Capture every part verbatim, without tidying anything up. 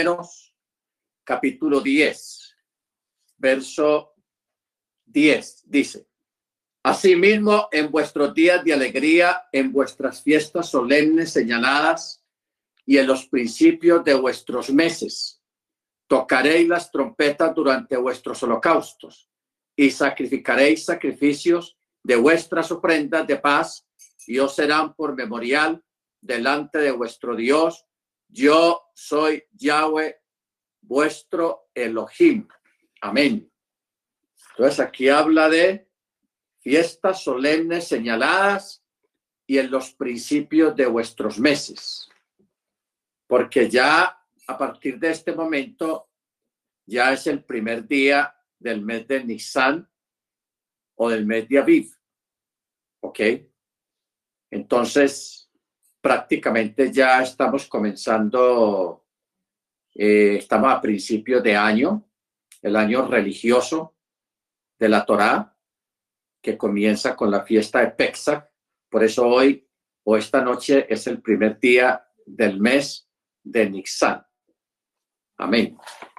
capítulo diez, verso diez, dice: Asimismo, en vuestros días de alegría, en vuestras fiestas solemnes señaladas y en los principios de vuestros meses, tocaréis las trompetas durante vuestros holocaustos y sacrificaréis sacrificios de vuestras ofrendas de paz, y os serán por memorial delante de vuestro Dios. Yo soy Yahweh, vuestro Elohim. Amén. Entonces aquí habla de fiestas solemnes señaladas y en los principios de vuestros meses. Porque ya a partir de este momento ya es el primer día del mes de Nisan o del mes de Aviv. ¿Ok? Entonces, prácticamente ya estamos comenzando, eh, estamos a principios de año, el año religioso de la Torá, que comienza con la fiesta de Pesach. Por eso hoy o esta noche es el primer día del mes de Nisan. Amén.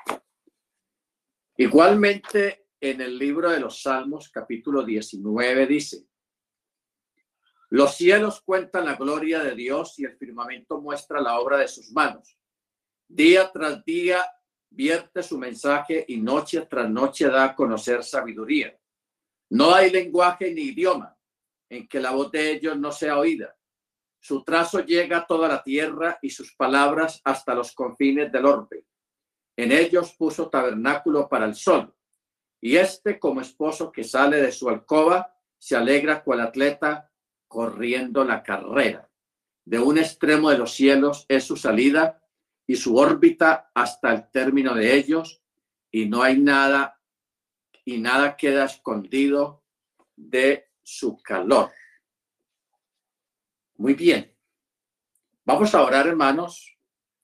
Igualmente, en el libro de los Salmos, capítulo diecinueve, dice: Los cielos cuentan la gloria de Dios y el firmamento muestra la obra de sus manos. Día tras día vierte su mensaje y noche tras noche da a conocer sabiduría. No hay lenguaje ni idioma en que la voz de ellos no sea oída. Su trazo llega a toda la tierra y sus palabras hasta los confines del orbe. En ellos puso tabernáculo para el sol, y este, como esposo que sale de su alcoba, se alegra cual atleta corriendo la carrera. De un extremo de los cielos es su salida y su órbita hasta el término de ellos, y no hay nada y nada queda escondido de su calor. Muy bien. Vamos a orar, hermanos.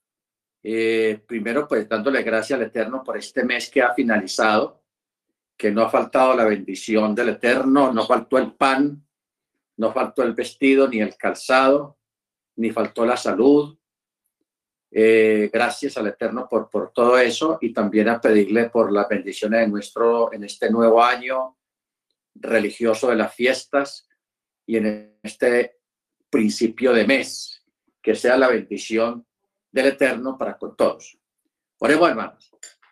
Eh, primero, pues, dándole gracias al Eterno por este mes que ha finalizado, que no ha faltado la bendición del Eterno, no faltó el pan, no faltó el vestido, ni el calzado, ni faltó la salud. Eh, gracias al Eterno por, por todo eso, y también a pedirle por las bendiciones de nuestro, en este nuevo año religioso de las fiestas y en este principio de mes, que sea la bendición del Eterno para con todos. Oremos, hermanos.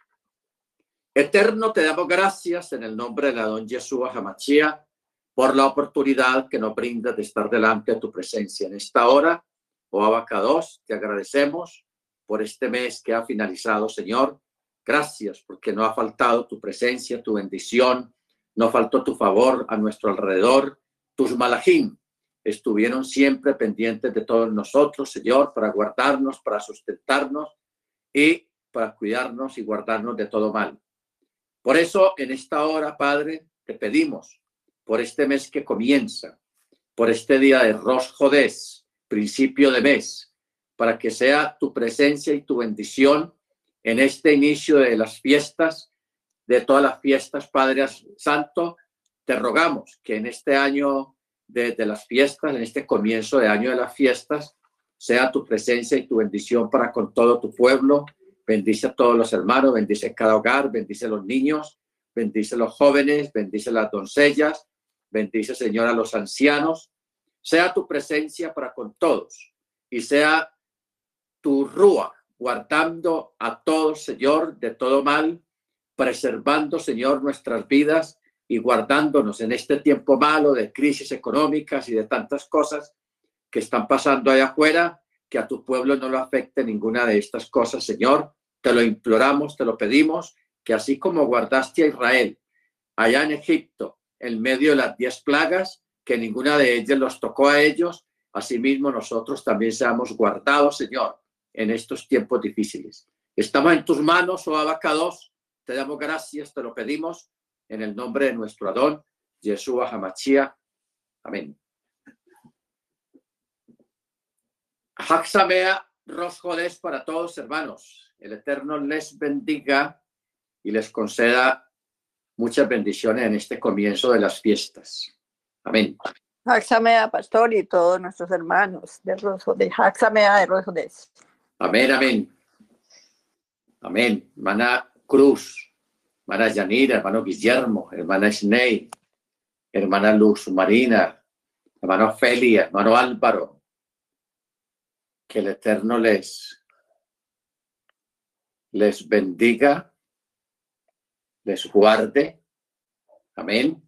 Eterno, te damos gracias en el nombre de la don Yeshua Hamashia por la oportunidad que nos brindas de estar delante de tu presencia en esta hora. Oh Abacados, te agradecemos por este mes que ha finalizado, Señor. Gracias porque no ha faltado tu presencia, tu bendición, no faltó tu favor a nuestro alrededor. Tus malajim estuvieron siempre pendientes de todos nosotros, Señor, para guardarnos, para sustentarnos y para cuidarnos y guardarnos de todo mal. Por eso, en esta hora, Padre, te pedimos por este mes que comienza, por este día de Rosh Hodés, principio de mes, para que sea tu presencia y tu bendición en este inicio de las fiestas, de todas las fiestas, Padre Santo. Te rogamos que en este año de, de las fiestas, en este comienzo de año de las fiestas, sea tu presencia y tu bendición para con todo tu pueblo. Bendice a todos los hermanos, bendice cada hogar, bendice a los niños, bendice a los jóvenes, bendice a las doncellas, bendice, Señor, a los ancianos. Sea tu presencia para con todos y sea tu rúa guardando a todos, Señor, de todo mal, preservando, Señor, nuestras vidas y guardándonos en este tiempo malo de crisis económicas y de tantas cosas que están pasando allá afuera, que a tu pueblo no lo afecte ninguna de estas cosas, Señor. Te lo imploramos, te lo pedimos, que así como guardaste a Israel allá en Egipto, en medio de las diez plagas, que ninguna de ellas los tocó a ellos, asimismo nosotros también seamos guardados, Señor, en estos tiempos difíciles. Estamos en tus manos, oh Abacados. Te damos gracias, te lo pedimos, en el nombre de nuestro Adón, Yeshua Hamashia. Amén. Hag Sameach Rosh Hodés para todos, hermanos. El Eterno les bendiga y les conceda muchas bendiciones en este comienzo de las fiestas. Amén. Hag Sameach, pastor, y todos nuestros hermanos de Rosh Hodés. Hag Sameach de Rosh Hodés. Amén, amén. Amén. Hermana Cruz, hermana Yanira, hermano Guillermo, hermana Sney, hermana Luz Marina, hermano Felia, hermano Álvaro. Que el Eterno les, les bendiga, les guarde. Amén.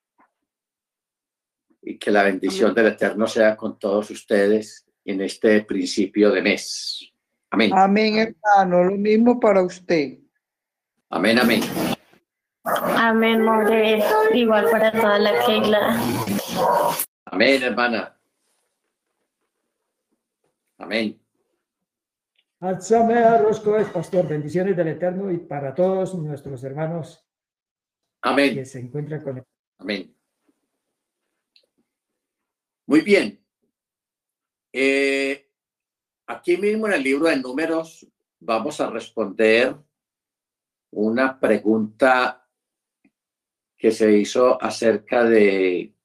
Y que la bendición Amén. del Eterno sea con todos ustedes en este principio de mes. Amén. Amén, hermano. Lo mismo para usted. Amén, amén. Amén, More. Igual para toda la Keila. Amén, hermana. Amén. Alzame a Rosco es pastor. Bendiciones del Eterno y para todos nuestros hermanos Amén. que se encuentran con él. Amén. Muy bien. Eh, aquí mismo en el libro de Números vamos a responder una pregunta que se hizo acerca de,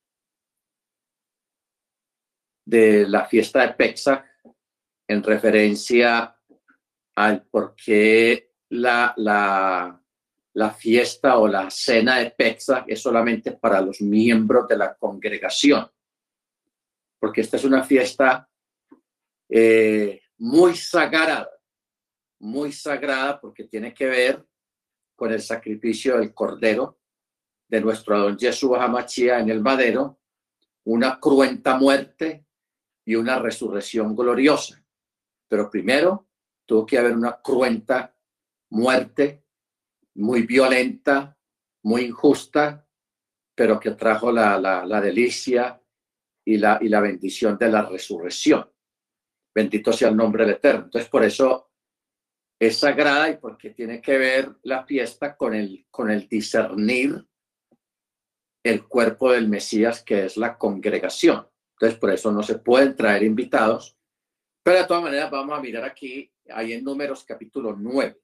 de la fiesta de Pesaj en referencia al por qué la, la, la fiesta o la cena de Pesaj es solamente para los miembros de la congregación. Porque esta es una fiesta eh, muy sagrada, muy sagrada porque tiene que ver con el sacrificio del Cordero de nuestro Adón Yeshua HaMashiach en el madero, una cruenta muerte y una resurrección gloriosa. Pero primero tuvo que haber una cruenta muerte, muy violenta, muy injusta, pero que trajo la, la, la delicia y la, y la bendición de la resurrección. Bendito sea el nombre del Eterno. Entonces, por eso es sagrada y porque tiene que ver la fiesta con el, con el discernir el cuerpo del Mesías, que es la congregación. Entonces, por eso no se pueden traer invitados. Pero de todas maneras, vamos a mirar aquí, ahí en Números capítulo nueve.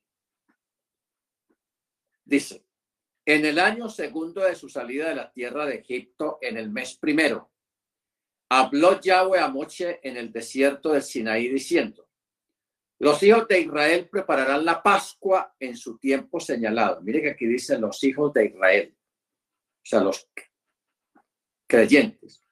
Dice, en el año segundo de su salida de la tierra de Egipto, en el mes primero, habló Yahweh a Moche en el desierto del Sinaí diciendo, los hijos de Israel prepararán la Pascua en su tiempo señalado. Mire que aquí dice los hijos de Israel, o sea, los creyentes.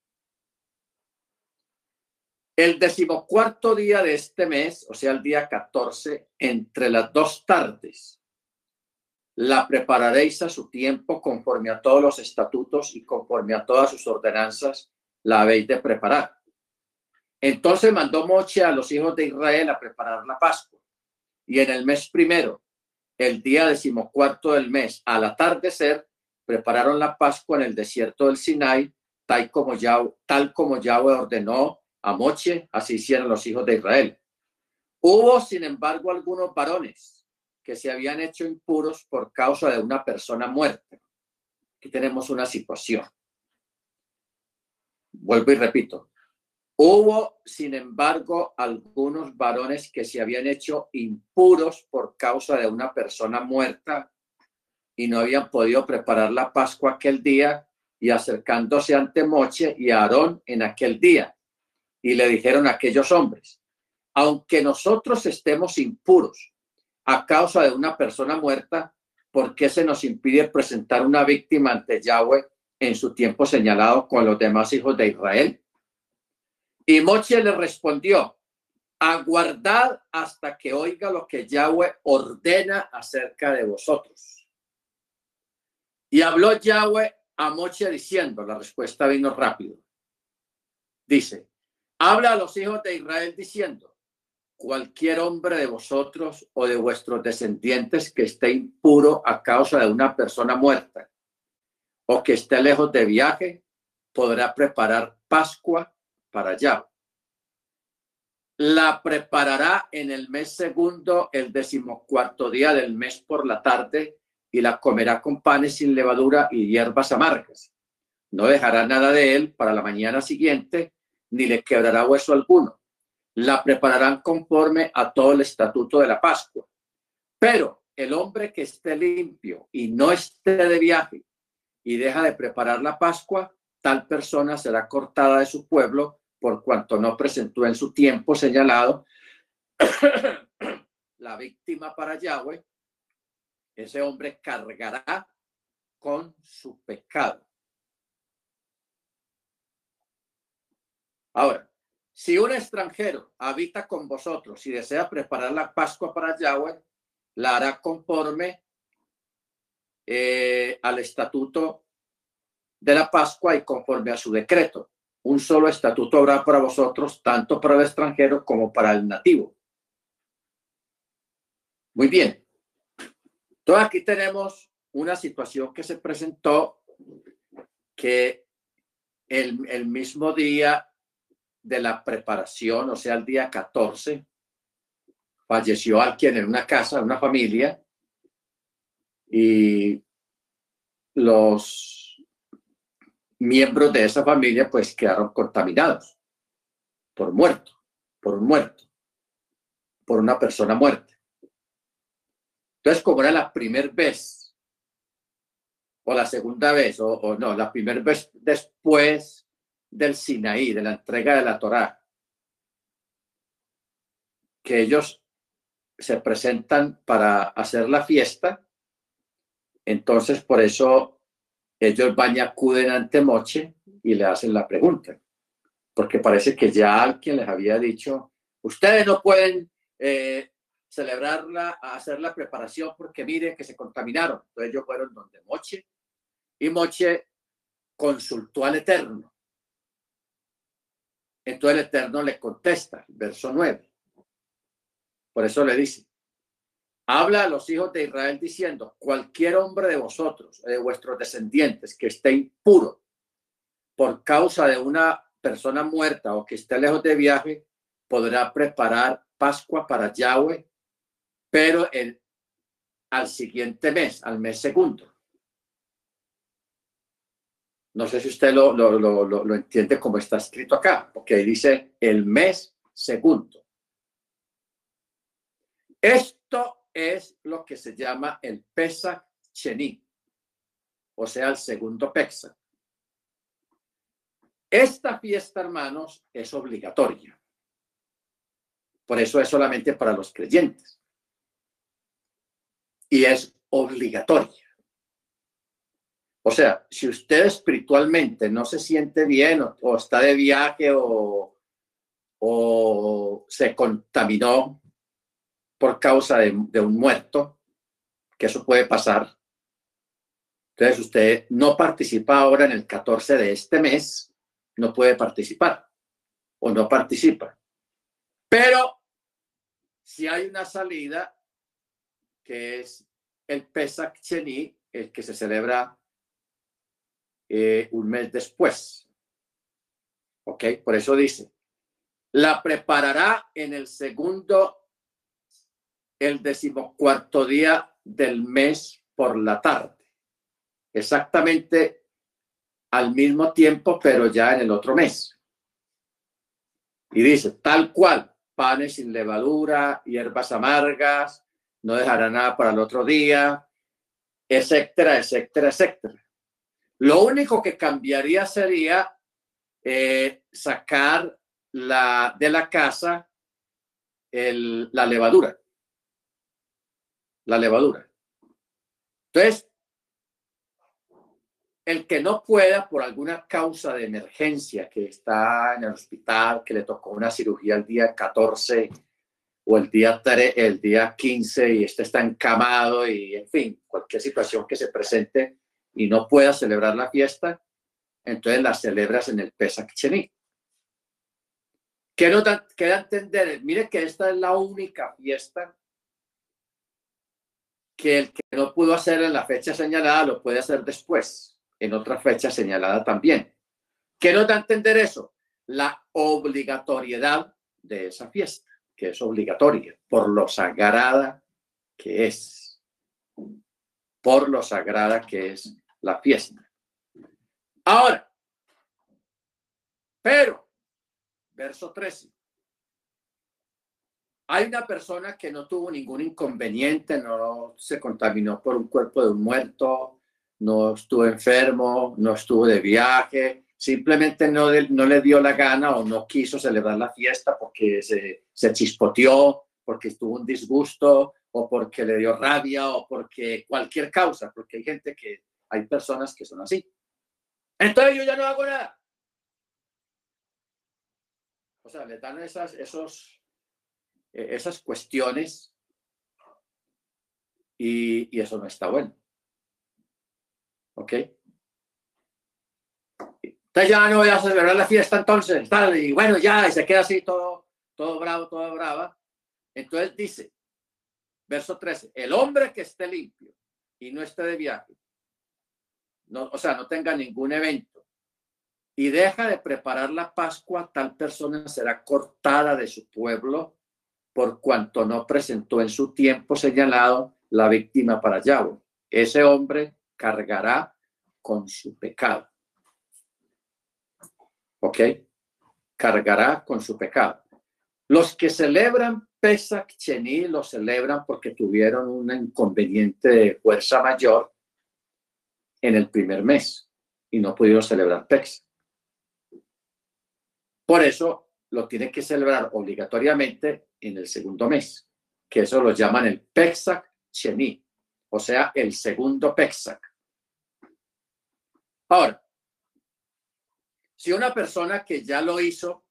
El decimocuarto día de este mes, o sea, el día catorce, entre las dos tardes, la prepararéis a su tiempo conforme a todos los estatutos y conforme a todas sus ordenanzas, la habéis de preparar. Entonces mandó Moche a los hijos de Israel a preparar la Pascua. Y en el mes primero, el día decimocuarto del mes, al atardecer, prepararon la Pascua en el desierto del Sinai, tal como Yahweh, tal como Yahweh ordenó a Moche, así hicieron los hijos de Israel. Hubo, sin embargo, algunos varones que se habían hecho impuros por causa de una persona muerta. Aquí tenemos una situación. Vuelvo y repito. Hubo, sin embargo, algunos varones que se habían hecho impuros por causa de una persona muerta y no habían podido preparar la Pascua aquel día, y acercándose ante Moche y a Aarón en aquel día, y le dijeron a aquellos hombres, aunque nosotros estemos impuros a causa de una persona muerta, ¿por qué se nos impide presentar una víctima ante Yahweh en su tiempo señalado con los demás hijos de Israel? Y Moche le respondió, aguardad hasta que oiga lo que Yahweh ordena acerca de vosotros. Y habló Yahweh a Moche diciendo, la respuesta vino rápido. Dice, habla a los hijos de Israel diciendo, cualquier hombre de vosotros o de vuestros descendientes que esté impuro a causa de una persona muerta o que esté lejos de viaje, podrá preparar Pascua para Yahweh. La preparará en el mes segundo, el decimocuarto día del mes por la tarde, y la comerá con panes sin levadura y hierbas amargas. No dejará nada de él para la mañana siguiente, ni le quebrará hueso alguno. La prepararán conforme a todo el estatuto de la Pascua. Pero el hombre que esté limpio y no esté de viaje y deja de preparar la Pascua, tal persona será cortada de su pueblo por cuanto no presentó en su tiempo señalado la víctima para Yahweh, ese hombre cargará con su pecado. Ahora, si un extranjero habita con vosotros y desea preparar la Pascua para Yahweh, la hará conforme eh, al estatuto de la Pascua y conforme a su decreto. Un solo estatuto habrá para vosotros, tanto para el extranjero como para el nativo. Muy bien. Entonces aquí tenemos una situación que se presentó, que el, el mismo día de la preparación, o sea, el día catorce, falleció alguien en una casa, en una familia, y los miembros de esa familia pues quedaron contaminados por muerto, por un muerto, por una persona muerta. Entonces, como era la primera vez, o la segunda vez, o, o no, la primera vez después del Sinaí, de la entrega de la Torá, que ellos se presentan para hacer la fiesta, entonces por eso ellos van y acuden ante Moche y le hacen la pregunta, porque parece que ya alguien les había dicho, ustedes no pueden eh, celebrarla, hacer la preparación porque miren que se contaminaron. Entonces ellos fueron donde Moche y Moche consultó al Eterno. Entonces el Eterno le contesta, verso nueve. Por eso le dice, habla a los hijos de Israel diciendo, cualquier hombre de vosotros, de vuestros descendientes, que esté impuro por causa de una persona muerta o que esté lejos de viaje, podrá preparar Pascua para Yahweh, pero el, al siguiente mes, al mes segundo. No sé si usted lo, lo, lo, lo, lo entiende como está escrito acá, porque ahí dice el mes segundo. Esto es lo que se llama el Pesach Sheni, o sea, el segundo Pesach. Esta fiesta, hermanos, es obligatoria. Por eso es solamente para los creyentes. Y es obligatoria. O sea, si usted espiritualmente no se siente bien o, o está de viaje o, o se contaminó por causa de, de un muerto, que eso puede pasar, entonces usted no participa ahora en el catorce de este mes, no puede participar o no participa. Pero si hay una salida que es el Pesach Sheni, el que se celebra eh, un mes después. ¿Ok? Por eso dice, la preparará en el segundo, el decimocuarto día del mes por la tarde. Exactamente al mismo tiempo, pero ya en el otro mes. Y dice, tal cual, panes sin levadura, hierbas amargas, no dejará nada para el otro día, etcétera, etcétera, etcétera. Lo único que cambiaría sería eh, sacar la, de la casa el, la levadura. La levadura. Entonces, el que no pueda por alguna causa de emergencia, que está en el hospital, que le tocó una cirugía el día catorce o el día, el día quince y este está encamado y, en fin, cualquier situación que se presente y no pueda celebrar la fiesta, entonces la celebras en el Pesach Sheni. ¿Qué nos da, queda a entender? Mire que esta es la única fiesta que el que no pudo hacer en la fecha señalada lo puede hacer después, en otra fecha señalada también. ¿Qué nos da a entender eso? La obligatoriedad de esa fiesta, que es obligatoria, por lo sagrada que es. Por lo sagrada que es la fiesta. Ahora, pero, verso trece. Hay una persona que no tuvo ningún inconveniente, no se contaminó por un cuerpo de un muerto, no estuvo enfermo, no estuvo de viaje, simplemente no, no le dio la gana o no quiso celebrar la fiesta porque se, se chispoteó, porque tuvo un disgusto o porque le dio rabia o porque cualquier causa, porque hay gente que, hay personas que son así. Entonces yo ya no hago nada. O sea, le dan esas, esos, esas cuestiones y, y eso no está bueno. ¿Ok? Entonces ya no voy a celebrar la fiesta entonces, tal, y bueno, ya, y se queda así todo, todo bravo, todo brava. Entonces dice, verso trece, el hombre que esté limpio y no esté de viaje, no, o sea, no tenga ningún evento, y deja de preparar la Pascua, tal persona será cortada de su pueblo por cuanto no presentó en su tiempo señalado la víctima para Yahweh. Ese hombre cargará con su pecado. ¿Ok? Cargará con su pecado. Los que celebran Pesach Sheni lo celebran porque tuvieron un inconveniente de fuerza mayor en el primer mes y no pudieron celebrar Pesach. Por eso lo tienen que celebrar obligatoriamente en el segundo mes, que eso lo llaman el Pesach Sheni, o sea, el segundo Pesach. Ahora, si una persona que ya lo hizo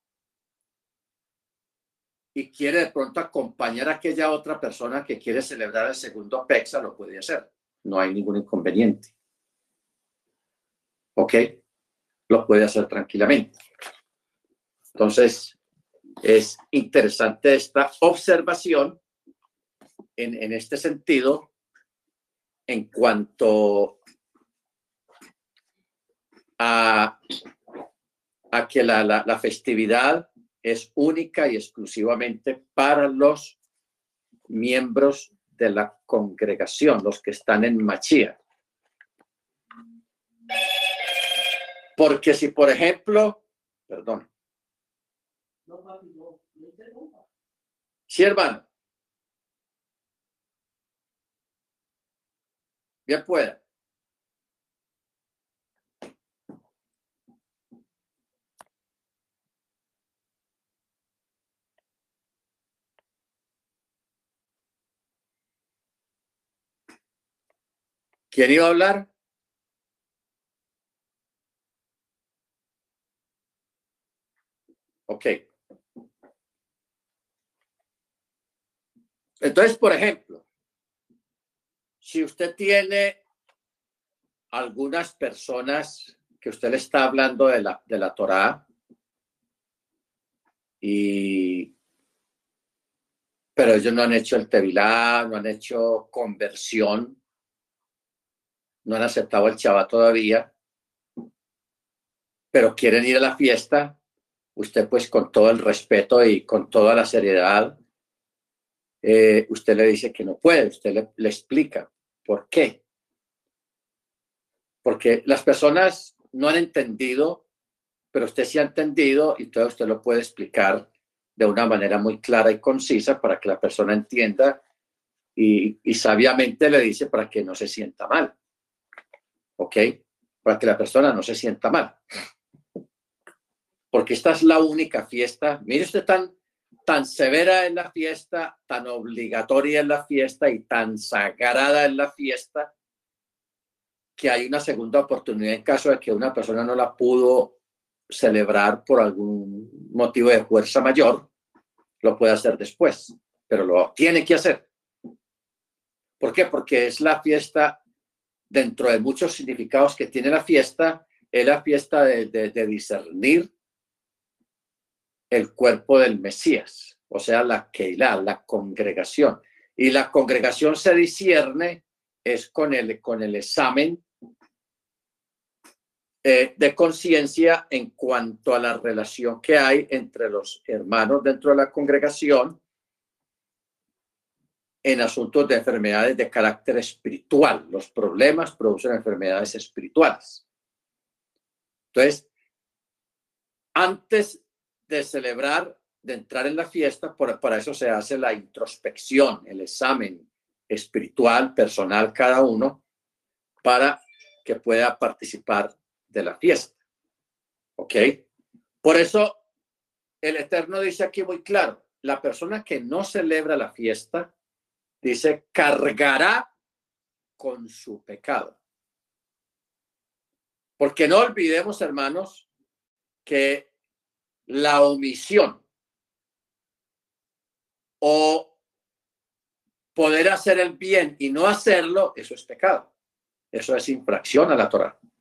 y quiere de pronto acompañar a aquella otra persona que quiere celebrar el segundo Pesach, lo puede hacer. No hay ningún inconveniente. ¿Ok? Lo puede hacer tranquilamente. Entonces, es interesante esta observación en, en este sentido en cuanto a, a que la, la, la festividad es única y exclusivamente para los miembros de la congregación, los que están en Mashiach. Porque si, por ejemplo, perdón, sí, hermano, bien pueda. ¿Quién iba a hablar? Ok. Entonces, por ejemplo, si usted tiene algunas personas que usted le está hablando de la, de la Torá, y, pero ellos no han hecho el Tevilá, no han hecho conversión, no han aceptado el Shabbat todavía, pero quieren ir a la fiesta, usted pues con todo el respeto y con toda la seriedad, eh, usted le dice que no puede, usted le, le explica por qué. Porque las personas no han entendido, pero usted sí ha entendido y todo usted lo puede explicar de una manera muy clara y concisa para que la persona entienda y, y sabiamente le dice para que no se sienta mal. ¿Ok? Para que la persona no se sienta mal. Porque esta es la única fiesta. Mire usted, tan, tan severa en la fiesta, tan obligatoria en la fiesta y tan sagrada en la fiesta, que hay una segunda oportunidad en caso de que una persona no la pudo celebrar por algún motivo de fuerza mayor, lo puede hacer después, pero lo tiene que hacer. ¿Por qué? Porque es la fiesta, dentro de muchos significados que tiene la fiesta, es la fiesta de, de, de discernir el cuerpo del Mesías, o sea, la Keilah, la congregación. Y la congregación se discierne es con el, con el examen eh, de conciencia en cuanto a la relación que hay entre los hermanos dentro de la congregación en asuntos de enfermedades de carácter espiritual. Los problemas producen enfermedades espirituales. Entonces, antes de celebrar, de entrar en la fiesta, por, para eso se hace la introspección, el examen espiritual, personal, cada uno, para que pueda participar de la fiesta. ¿Ok? Por eso el Eterno dice aquí muy claro, la persona que no celebra la fiesta, dice, cargará con su pecado. Porque no olvidemos, hermanos, que la omisión o poder hacer el bien y no hacerlo, eso es pecado. Eso es infracción a la Torá. O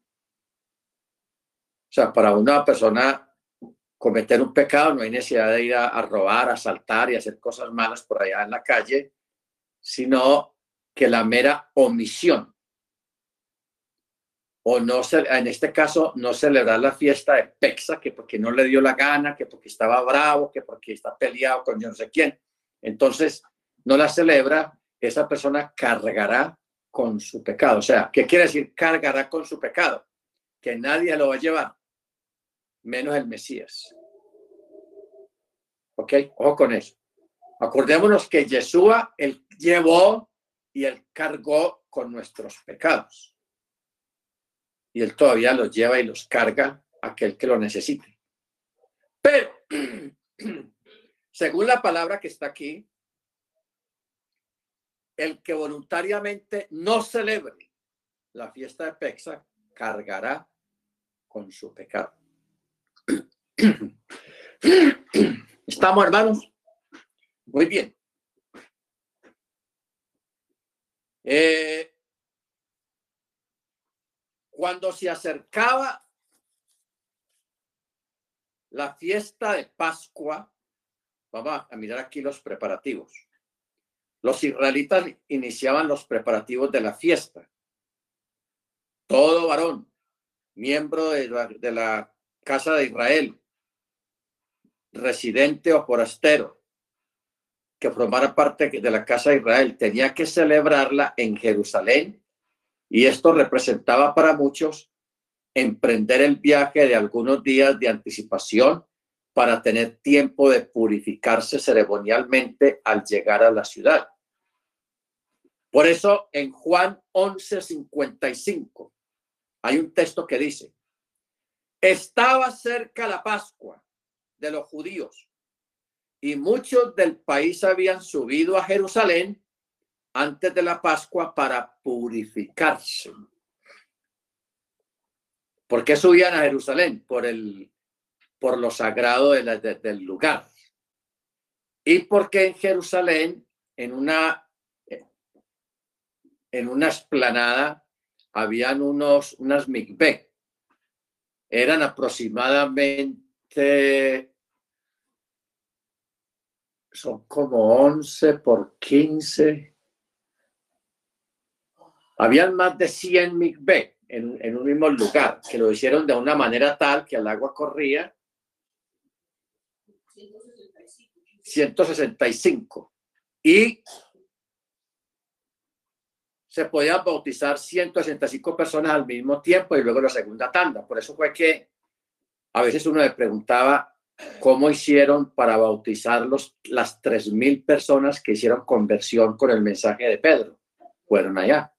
sea, para una persona cometer un pecado no hay necesidad de ir a, a robar, a asaltar y hacer cosas malas por allá en la calle, sino que la mera omisión o no, en este caso, no celebrar la fiesta de Pexa, que porque no le dio la gana, que porque estaba bravo, que porque está peleado con yo no sé quién. Entonces, no la celebra, esa persona cargará con su pecado. O sea, ¿qué quiere decir cargará con su pecado? Que nadie lo va a llevar, menos el Mesías. ¿Ok? Ojo con eso. Acordémonos que Yeshua, él llevó y él cargó con nuestros pecados. Y él todavía los lleva y los carga a aquel que lo necesite. Pero, según la palabra que está aquí, el que voluntariamente no celebre la fiesta de Pexa cargará con su pecado. ¿Estamos, hermanos? Muy bien. Eh, cuando se acercaba la fiesta de Pascua, vamos a mirar aquí los preparativos. Los israelitas iniciaban los preparativos de la fiesta. Todo varón, miembro de la, de la casa de Israel, residente o forastero, que formara parte de la casa de Israel, tenía que celebrarla en Jerusalén, y esto representaba para muchos emprender el viaje de algunos días de anticipación para tener tiempo de purificarse ceremonialmente al llegar a la ciudad. Por eso en Juan once cincuenta y cinco hay un texto que dice: estaba cerca la Pascua de los judíos y muchos del país habían subido a Jerusalén antes de la Pascua para purificarse. ¿Por qué subían a Jerusalén? Por el, por lo sagrado de la, de, del lugar. Y porque en Jerusalén, en una, en una explanada, habían unos, unas mikveh. Eran aproximadamente, son como once por quince. Habían más de cien mikveh en, en un mismo lugar, que lo hicieron de una manera tal que el agua corría ciento sesenta y cinco. Y se podían bautizar ciento sesenta y cinco personas al mismo tiempo y luego la segunda tanda. Por eso fue que a veces uno le preguntaba cómo hicieron para bautizar los, las tres mil personas que hicieron conversión con el mensaje de Pedro. Fueron allá.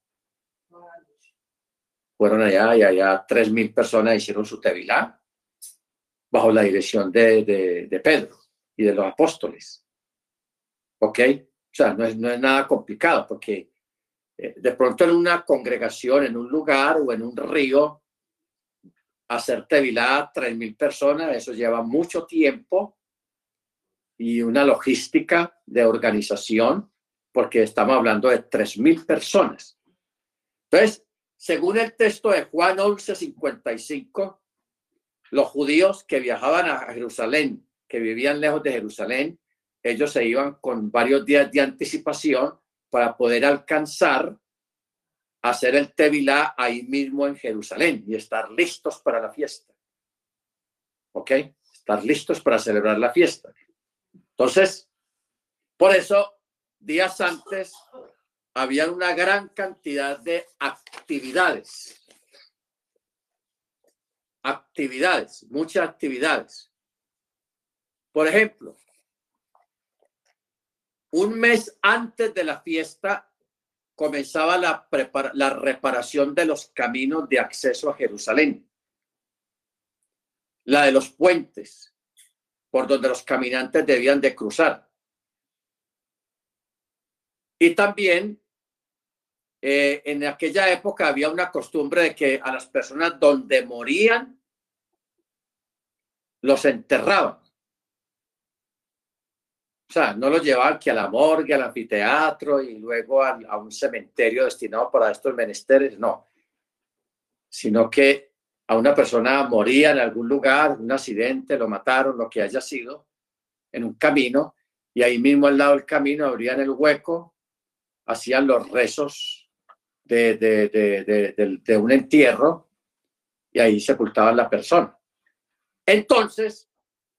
Fueron allá y allá tres mil personas hicieron su tevilá bajo la dirección de, de, de Pedro y de los apóstoles. ¿Ok? O sea, no es, no es nada complicado, porque eh, de pronto en una congregación, en un lugar o en un río, hacer tevilá tres mil personas, eso lleva mucho tiempo y una logística de organización, porque estamos hablando de tres mil personas. Entonces, según el texto de Juan once cincuenta y cinco, los judíos que viajaban a Jerusalén, que vivían lejos de Jerusalén, ellos se iban con varios días de anticipación para poder alcanzar a hacer el tevilá ahí mismo en Jerusalén y estar listos para la fiesta. ¿Ok? Estar listos para celebrar la fiesta. Entonces, por eso, días antes había una gran cantidad de actividades. Actividades, muchas actividades. Por ejemplo, un mes antes de la fiesta comenzaba la, prepara- la reparación de los caminos de acceso a Jerusalén. La de los puentes por donde los caminantes debían de cruzar. Y también eh, en aquella época había una costumbre de que a las personas donde morían los enterraban. O sea, no los llevaban que a la morgue, al anfiteatro y luego a, a un cementerio destinado para estos menesteres, no. Sino que a una persona moría en algún lugar, un accidente, lo mataron, lo que haya sido, en un camino, y ahí mismo al lado del camino abrían el hueco, hacían los rezos de, de, de, de, de, de un entierro y ahí sepultaban la persona. Entonces,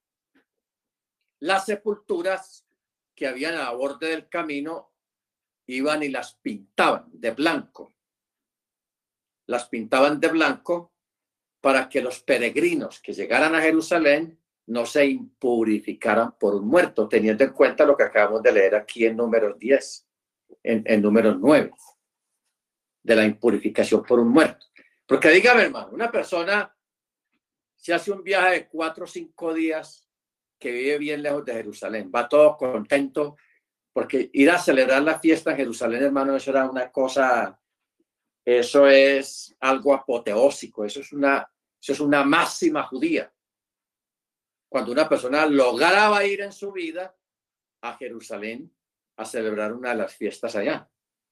las sepulturas que habían a borde del camino iban y las pintaban de blanco. Las pintaban de blanco para que los peregrinos que llegaran a Jerusalén no se impurificaran por un muerto, teniendo en cuenta lo que acabamos de leer aquí en Números diez, en, en Números nueve, de la impurificación por un muerto. Porque dígame, hermano, una persona se hace un viaje de cuatro o cinco días que vive bien lejos de Jerusalén, va todo contento, porque ir a celebrar la fiesta en Jerusalén, hermano, eso era una cosa, eso es algo apoteósico, eso es una, eso es una máxima judía. Cuando una persona lograba ir en su vida a Jerusalén a celebrar una de las fiestas allá.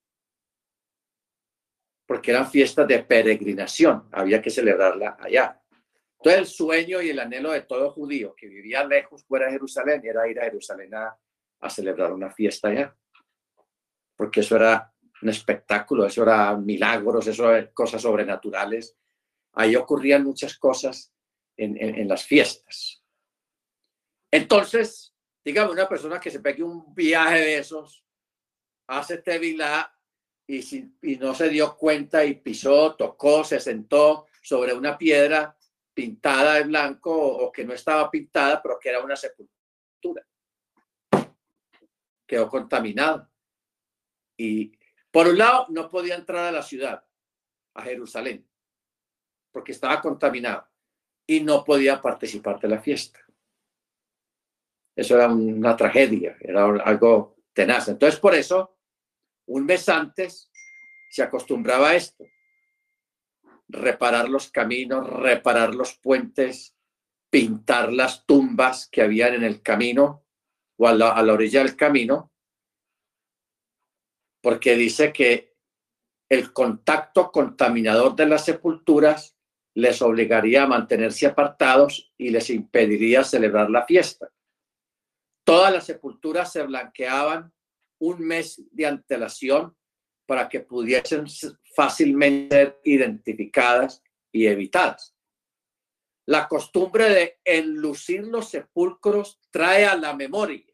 Porque eran fiestas de peregrinación, había que celebrarla allá. Entonces el sueño y el anhelo de todo judío que vivía lejos fuera de Jerusalén era ir a Jerusalén a, a celebrar una fiesta allá. Porque eso era un espectáculo, eso era milagros, eso era cosas sobrenaturales. Ahí ocurrían muchas cosas en, en, en las fiestas. Entonces, dígame, una persona que se pegue un viaje de esos, hace tevilá y, si, y no se dio cuenta y pisó, tocó, se sentó sobre una piedra pintada de blanco o, o que no estaba pintada, pero que era una sepultura. Quedó contaminado. Y por un lado, no podía entrar a la ciudad, a Jerusalén, porque estaba contaminado y no podía participar de la fiesta. Eso era una tragedia, era algo tenaz. Entonces, por eso, un mes antes se acostumbraba a esto. Reparar los caminos, reparar los puentes, pintar las tumbas que habían en el camino o a la, a la orilla del camino, porque dice que el contacto contaminador de las sepulturas les obligaría a mantenerse apartados y les impediría celebrar la fiesta. Todas las sepulturas se blanqueaban un mes de antelación para que pudiesen fácilmente ser identificadas y evitadas. La costumbre de enlucir los sepulcros trae a la memoria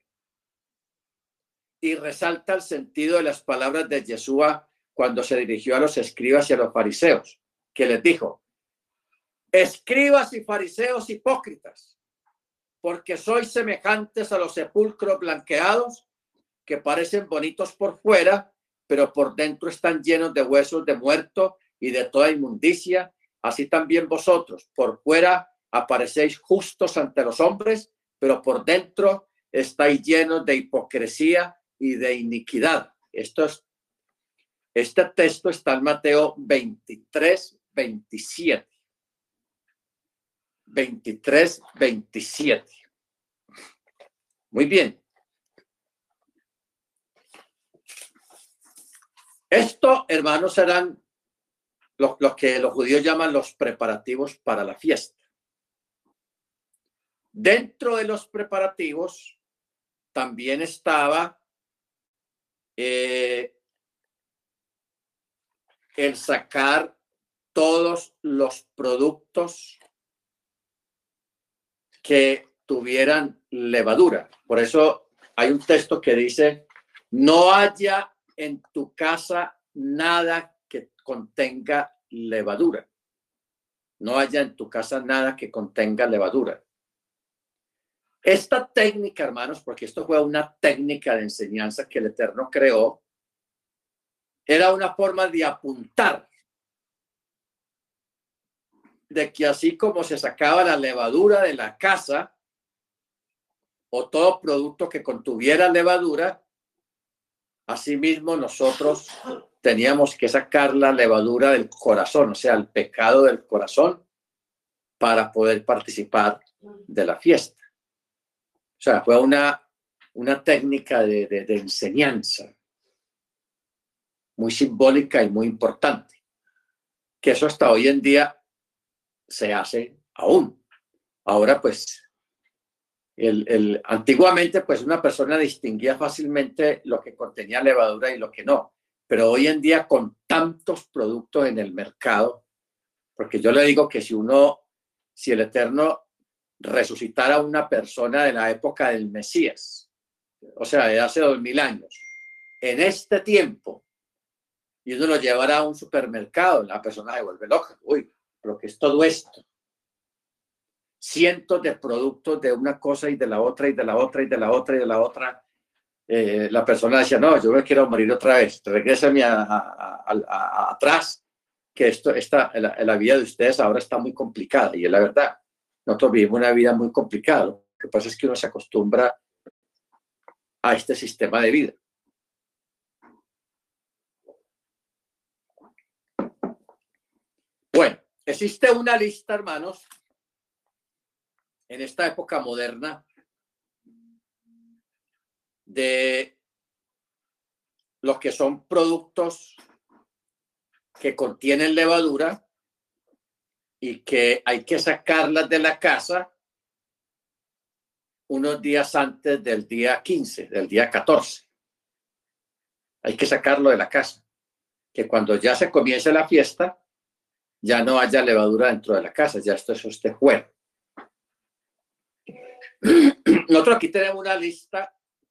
y resalta el sentido de las palabras de Yeshua cuando se dirigió a los escribas y a los fariseos, que les dijo: escribas y fariseos hipócritas, porque sois semejantes a los sepulcros blanqueados que parecen bonitos por fuera, pero por dentro están llenos de huesos de muerto y de toda inmundicia. Así también vosotros, por fuera aparecéis justos ante los hombres, pero por dentro estáis llenos de hipocresía y de iniquidad. Esto es, este texto está en Mateo veintitrés, veintisiete. veintitrés, veintisiete. Muy bien. Esto, hermanos, serán lo, lo que los judíos llaman los preparativos para la fiesta. Dentro de los preparativos también estaba eh, el sacar todos los productos que tuvieran levadura. Por eso hay un texto que dice: no haya en tu casa nada que contenga levadura. No haya en tu casa nada que contenga levadura. Esta técnica, hermanos, porque esto fue una técnica de enseñanza que el Eterno creó, era una forma de apuntar de que así como se sacaba la levadura de la casa o todo producto que contuviera levadura, Asimismo, nosotros teníamos que sacar la levadura del corazón, o sea, el pecado del corazón, para poder participar de la fiesta. O sea, fue una, una técnica de, de, de enseñanza muy simbólica y muy importante, que eso hasta hoy en día se hace aún. Ahora, pues, el, el, antiguamente, pues, una persona distinguía fácilmente lo que contenía levadura y lo que no. Pero hoy en día, con tantos productos en el mercado, porque yo le digo que si uno, si el Eterno resucitara a una persona de la época del Mesías, o sea, de hace dos mil años, en este tiempo, y uno lo llevara a un supermercado, la persona se vuelve loca. Uy, pero ¿qué es todo esto? Cientos de productos de una cosa y de la otra y de la otra y de la otra y de la otra. Eh, la persona decía, no, yo me quiero morir otra vez, regrésame a, a, a, a, a, atrás, que esto, esta, la, la vida de ustedes ahora está muy complicada. Y es la verdad, nosotros vivimos una vida muy complicada. Lo que pasa es que uno se acostumbra a este sistema de vida. Bueno, existe una lista, hermanos, en esta época moderna, de los que son productos que contienen levadura y que hay que sacarlas de la casa unos días antes del día quince, del día catorce. Hay que sacarlo de la casa, que cuando ya se comience la fiesta, ya no haya levadura dentro de la casa, ya esto es usted fuera. Nosotros aquí tenemos una lista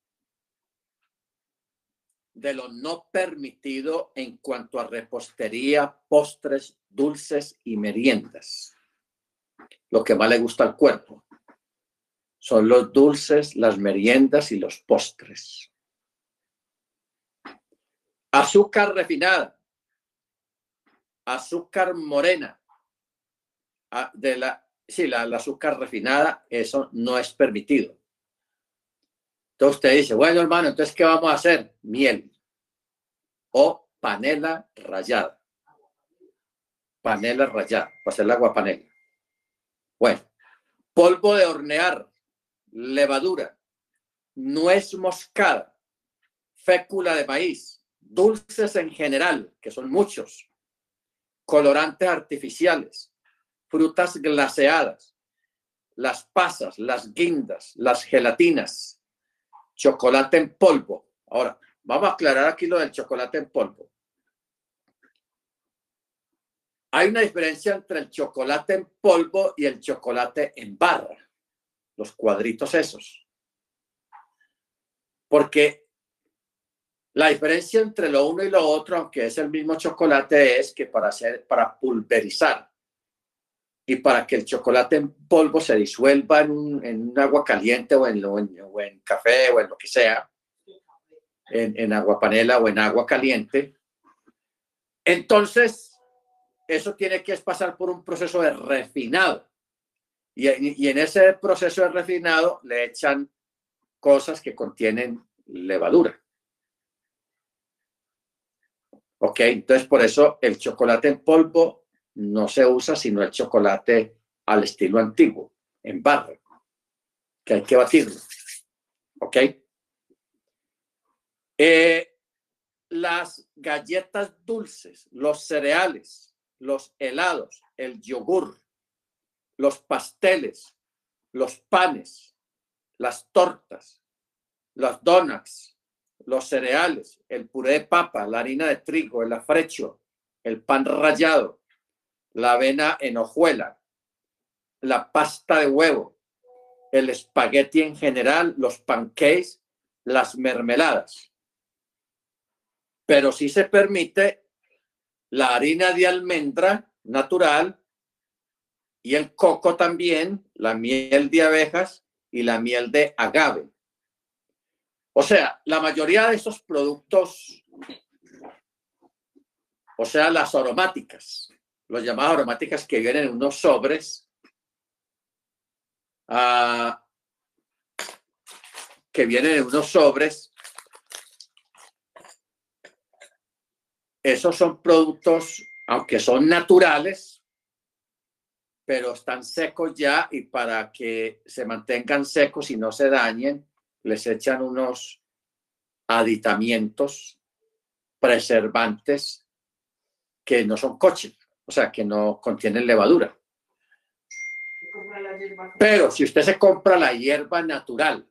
de lo no permitido en cuanto a repostería, postres, dulces y meriendas. Lo que más le gusta al cuerpo son los dulces, las meriendas y los postres. Azúcar refinada, azúcar morena, de la, sí, la, la azúcar refinada, eso no es permitido. Entonces usted dice, bueno, hermano, entonces, ¿qué vamos a hacer? Miel o panela rallada. Panela rallada, para hacer la aguapanela. Bueno, polvo de hornear, levadura, nuez moscada, fécula de maíz, dulces en general, que son muchos, colorantes artificiales, frutas glaseadas, las pasas, las guindas, las gelatinas, chocolate en polvo. Ahora, vamos a aclarar aquí lo del chocolate en polvo. Hay una diferencia entre el chocolate en polvo y el chocolate en barra, los cuadritos esos. Porque la diferencia entre lo uno y lo otro, aunque es el mismo chocolate, es que para hacer, para pulverizar y para que el chocolate en polvo se disuelva en un, en un agua caliente o en, o, en, o en café o en lo que sea, en, en agua panela o en agua caliente, entonces eso tiene que pasar por un proceso de refinado. Y, y en ese proceso de refinado le echan cosas que contienen levadura. Ok, entonces por eso el chocolate en polvo no se usa sino el chocolate al estilo antiguo, en barra, que hay que batirlo. Ok. Eh, las galletas dulces, los cereales, los helados, el yogur, los pasteles, los panes, las tortas, las donuts, los cereales, el puré de papa, la harina de trigo, el afrecho, el pan rallado, la avena en hojuela, la pasta de huevo, el espagueti en general, los pancakes, las mermeladas. Pero sí se permite la harina de almendra natural y el coco también, la miel de abejas y la miel de agave. O sea, la mayoría de esos productos, o sea, las aromáticas, los llamados aromáticas que vienen en unos sobres, uh, que vienen en unos sobres esos son productos, aunque son naturales, pero están secos ya, y para que se mantengan secos y no se dañen, les echan unos aditamientos, preservantes, que no son coche, o sea, que no contienen levadura. Pero si usted se compra la hierba natural,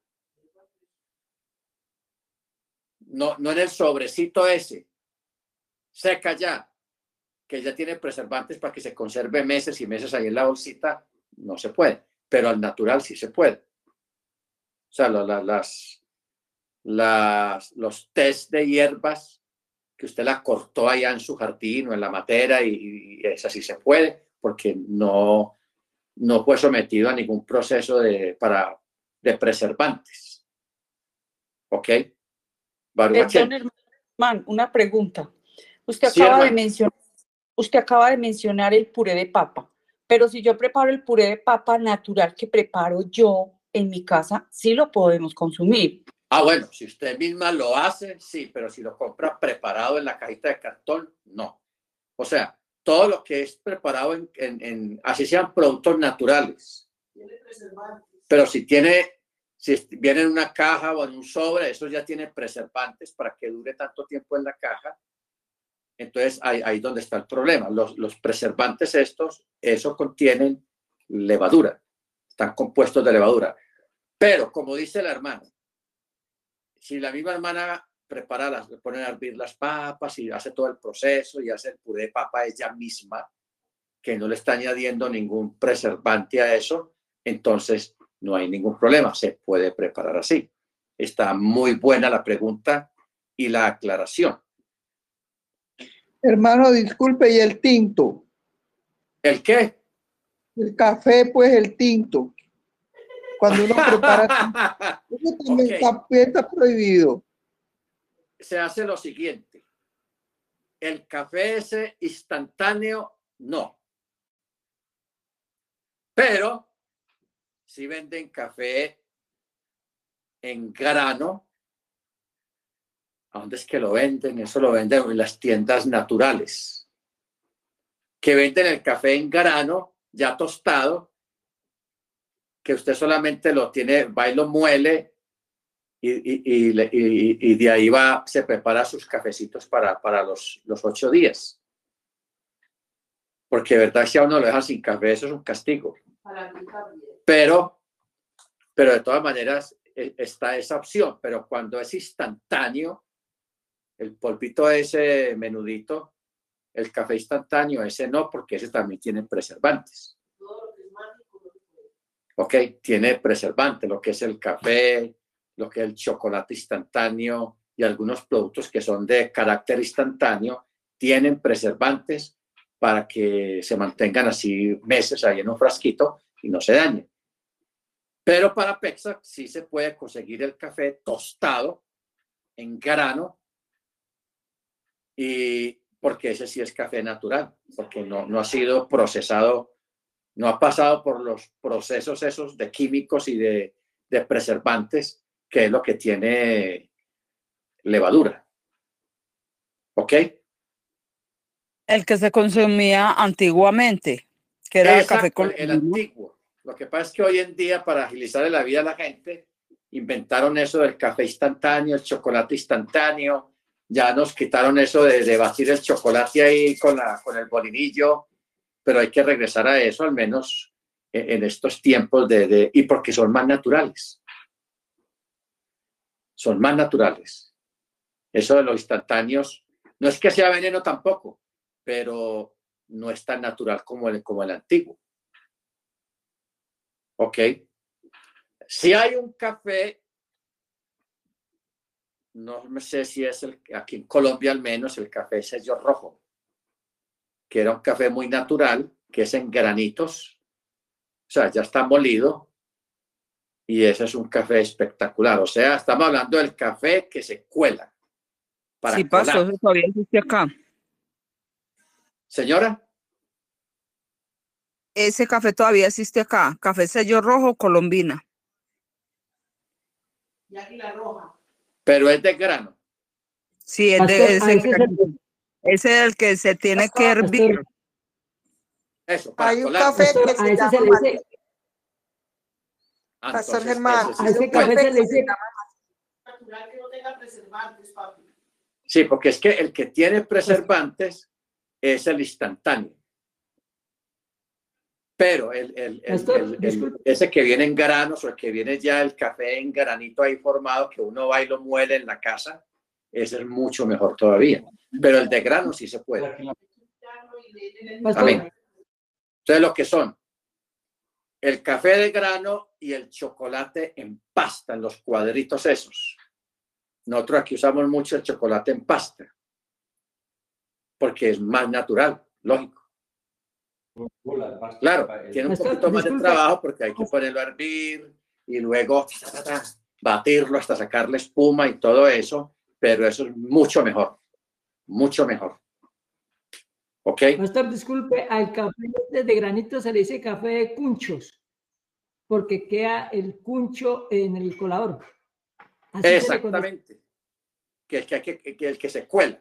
no, no en el sobrecito ese, seca ya, que ya tiene preservantes para que se conserve meses y meses ahí en la bolsita, no se puede, pero al natural sí se puede. O sea, la, la, las, las, los test de hierbas que usted la cortó allá en su jardín o en la matera, y, y esa sí se puede, porque no, no fue sometido a ningún proceso de, para, de preservantes. ¿Ok? Perdón, hermano, una pregunta. Usted Sí, acaba de hermano. mencionar, usted acaba de mencionar el puré de papa, pero si yo preparo el puré de papa natural que preparo yo en mi casa, sí lo podemos consumir. Ah, bueno, si usted misma lo hace, sí, pero si lo compra preparado en la cajita de cartón, no. O sea, todo lo que es preparado en, en, en así sean productos naturales. Pero si tiene, si viene en una caja o en un sobre, eso ya tiene preservantes para que dure tanto tiempo en la caja. Entonces, ahí, ahí donde está el problema. Los, los preservantes estos, eso contienen levadura. Están compuestos de levadura. Pero, como dice la hermana, si la misma hermana prepara, las, le pone a hervir las papas y hace todo el proceso y hace el puré de papa ella misma, que no le está añadiendo ningún preservante a eso, entonces no hay ningún problema, se puede preparar así. Está muy buena la pregunta y la aclaración. Hermano, disculpe, ¿y el tinto? ¿El qué? El café, pues el tinto. Cuando uno prepara, eso también Okay. está, está prohibido. Se hace lo siguiente. El café ese instantáneo, no. Pero si venden café en grano, ¿a dónde es que lo venden? Eso lo venden en las tiendas naturales, que venden el café en grano, ya tostado, que usted solamente lo tiene, va y lo muele, y, y, y, y, y de ahí va, se prepara sus cafecitos para, para los, los ocho días. Porque de verdad, si a uno lo deja sin café, eso es un castigo. Pero, pero de todas maneras está esa opción. Pero cuando es instantáneo, el polvito ese menudito, el café instantáneo, ese no, porque ese también tiene preservantes. Ok, tiene preservantes, lo que es el café, lo que es el chocolate instantáneo y algunos productos que son de carácter instantáneo, tienen preservantes para que se mantengan así meses ahí en un frasquito y no se dañen. Pero para Pexa sí se puede conseguir el café tostado en grano, y porque ese sí es café natural, porque no, no ha sido procesado, no ha pasado por los procesos esos de químicos y de, de preservantes, que es lo que tiene levadura. ¿Ok? El que se consumía antiguamente, que era Exacto, café el, colombiano. el antiguo. Lo que pasa es que hoy en día, para agilizar la vida a la gente, inventaron eso del café instantáneo, el chocolate instantáneo. Ya nos quitaron eso de, de batir el chocolate ahí con, la, con el molinillo, pero hay que regresar a eso, al menos en, en estos tiempos, de, de, y porque son más naturales. Son más naturales. Eso de los instantáneos, no es que sea veneno tampoco, pero no es tan natural como el, como el antiguo. ¿Ok? Si hay un café, no sé si es el, aquí en Colombia al menos, el café sello rojo, que era un café muy natural, que es en granitos, o sea, ya está molido, y ese es un café espectacular. O sea, estamos hablando del café que se cuela. Para Sí, pasó, colar. eso todavía existe acá. Señora. Ese café todavía existe acá, café sello rojo Colombina. Y Águila Roja. Pero es de grano. Sí, es Pastor, de ese a ese, es el, granito. Ese es el que se tiene que hervir. Pastor, Eso, para Hay un colar. café pastor, que a se ese se llama le dice, Ah, Pastor entonces, Germán, ese sí a se ese puede. café se le dice, natural que no tenga preservantes, papi. Sí, porque es que el que tiene preservantes es el instantáneo. Pero el, el, el, pastor, el- el- disculpe, ese que viene en granos o el que viene ya el café en granito ahí formado, que uno va y lo muele en la casa, ese es mucho mejor todavía. Pero el de grano sí se puede. pastor, Amén. Entonces, lo que son el café de grano y el chocolate en pasta, en los cuadritos esos. Nosotros aquí usamos mucho el chocolate en pasta, porque es más natural, lógico. Claro, tiene un pastor, poquito más de disculpe, trabajo porque hay que ponerlo a hervir y luego ta, ta, ta, batirlo hasta sacarle espuma y todo eso, pero eso es mucho mejor, mucho mejor. ¿Ok? pastor, disculpe, al café este de granito se le dice café de cunchos, porque queda el cuncho en el colador. Así se le conoce. Exactamente. Que el que, que, que el que se cuela.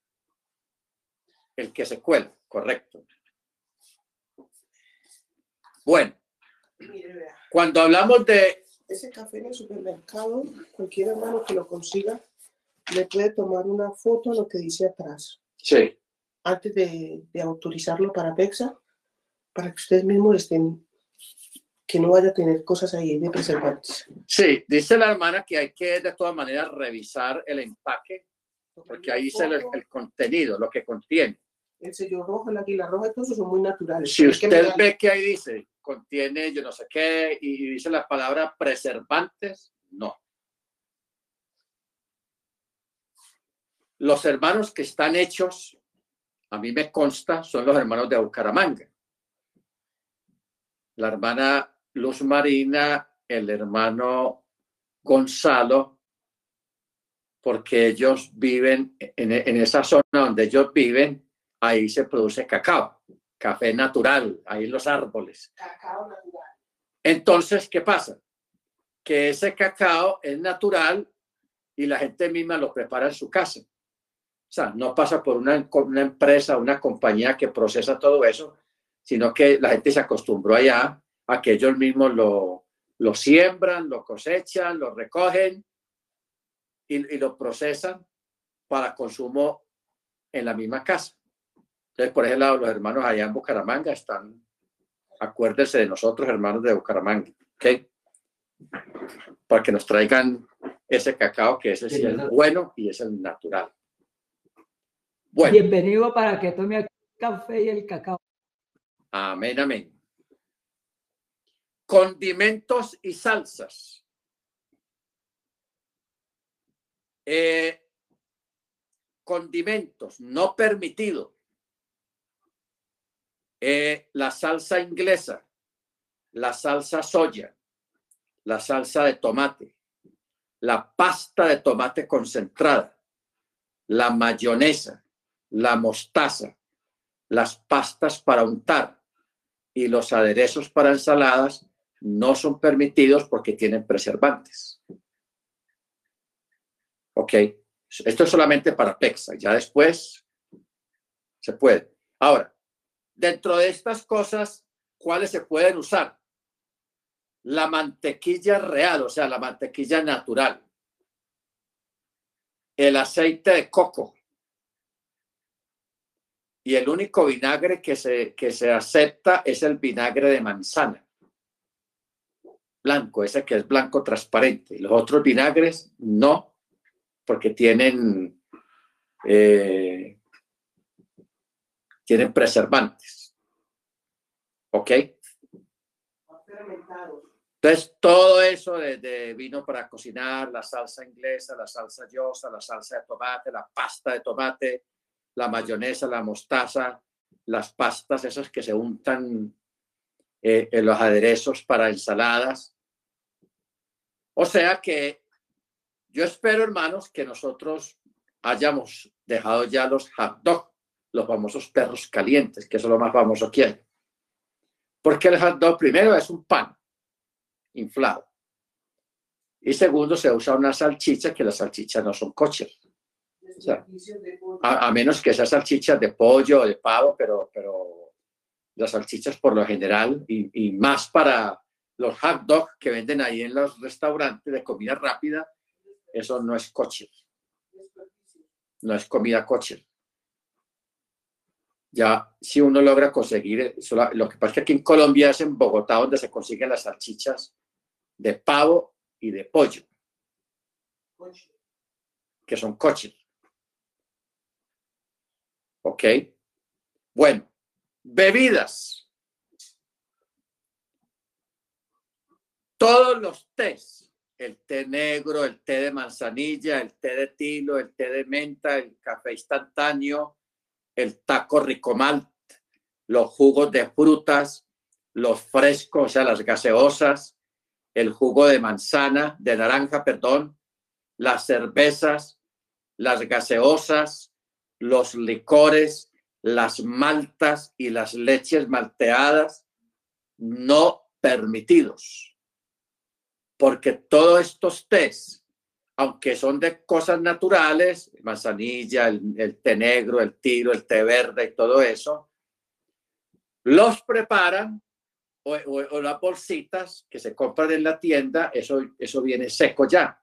El que se cuela, correcto. Bueno, Mire, vea, cuando hablamos de... ese café en el supermercado, cualquier hermano que lo consiga, le puede tomar una foto a lo que dice atrás, Sí, antes de, de autorizarlo para Pexa, para que ustedes mismos estén, que no vaya a tener cosas ahí de preservantes. sí, dice la hermana que hay que de todas maneras revisar el empaque, porque ahí dice el, el contenido, lo que contiene. El sello rojo, el águila roja, y todo eso son muy naturales. Si Pero hay que usted mirar- ve que ahí dice, contiene yo no sé qué, y dice la palabra preservantes, no. Los hermanos que están hechos, a mí me consta, son los hermanos de Bucaramanga. La hermana Luz Marina, el hermano Gonzalo, porque ellos viven en, en esa zona donde ellos viven, ahí se produce cacao, café natural, ahí los árboles. Cacao natural. Entonces, ¿qué pasa? Que ese cacao es natural y la gente misma lo prepara en su casa. O sea, no pasa por una, una empresa, una compañía que procesa todo eso, sino que la gente se acostumbró allá a que ellos mismos lo, lo siembran, lo cosechan, lo recogen y, y lo procesan para consumo en la misma casa. Entonces, por ese lado, los hermanos allá en Bucaramanga están, acuérdense de nosotros, hermanos de Bucaramanga, ¿ok? Para que nos traigan ese cacao, que ese sí es bueno y es el natural. Bueno, Bienvenido para que tome aquí el café y el cacao. amén, amén. Condimentos y salsas. Eh, condimentos no permitido. Eh, la salsa inglesa, la salsa soya, la salsa de tomate, la pasta de tomate concentrada, la mayonesa, la mostaza, las pastas para untar y los aderezos para ensaladas no son permitidos porque tienen preservantes. Ok, esto es solamente para Pexa, ya después se puede. Ahora, dentro de estas cosas, ¿cuáles se pueden usar? La mantequilla real, o sea, la mantequilla natural, el aceite de coco y el único vinagre que se, que se acepta es el vinagre de manzana, blanco, ese que es blanco transparente. Los otros vinagres no, porque tienen, eh, tienen preservantes. ¿Ok? Entonces, todo eso de, de vino para cocinar, la salsa inglesa, la salsa yosa, la salsa de tomate, la pasta de tomate, la mayonesa, la mostaza, las pastas esas que se untan eh, en los aderezos para ensaladas. O sea que yo espero, hermanos, que nosotros hayamos dejado ya los hot dog, los famosos perros calientes, que eso es lo más famoso que hay. Porque el hot dog, primero, es un pan inflado. Y segundo, se usa una salchicha, que las salchichas no son kosher. O sea, a, a menos que esas salchichas de pollo o de pavo, pero, pero las salchichas por lo general, y, y más para los hot dogs que venden ahí en los restaurantes de comida rápida, eso no es kosher. No es comida kosher. Ya, si uno logra conseguir, eso, lo que pasa es que aquí en Colombia es en Bogotá donde se consiguen las salchichas de pavo y de pollo, que son kosher. ¿Ok? Bueno, bebidas. Todos los tés, el té negro, el té de manzanilla, el té de tilo, el té de menta, el café instantáneo, el taco rico malt, los jugos de frutas, los frescos, o sea, las gaseosas, el jugo de manzana, de naranja, perdón, las cervezas, las gaseosas, los licores, las maltas y las leches malteadas no permitidos. Porque todos estos tés, aunque son de cosas naturales, manzanilla, el, el té negro, el tilo, el té verde y todo eso, los preparan o, o, o las bolsitas que se compran en la tienda, eso, eso viene seco ya.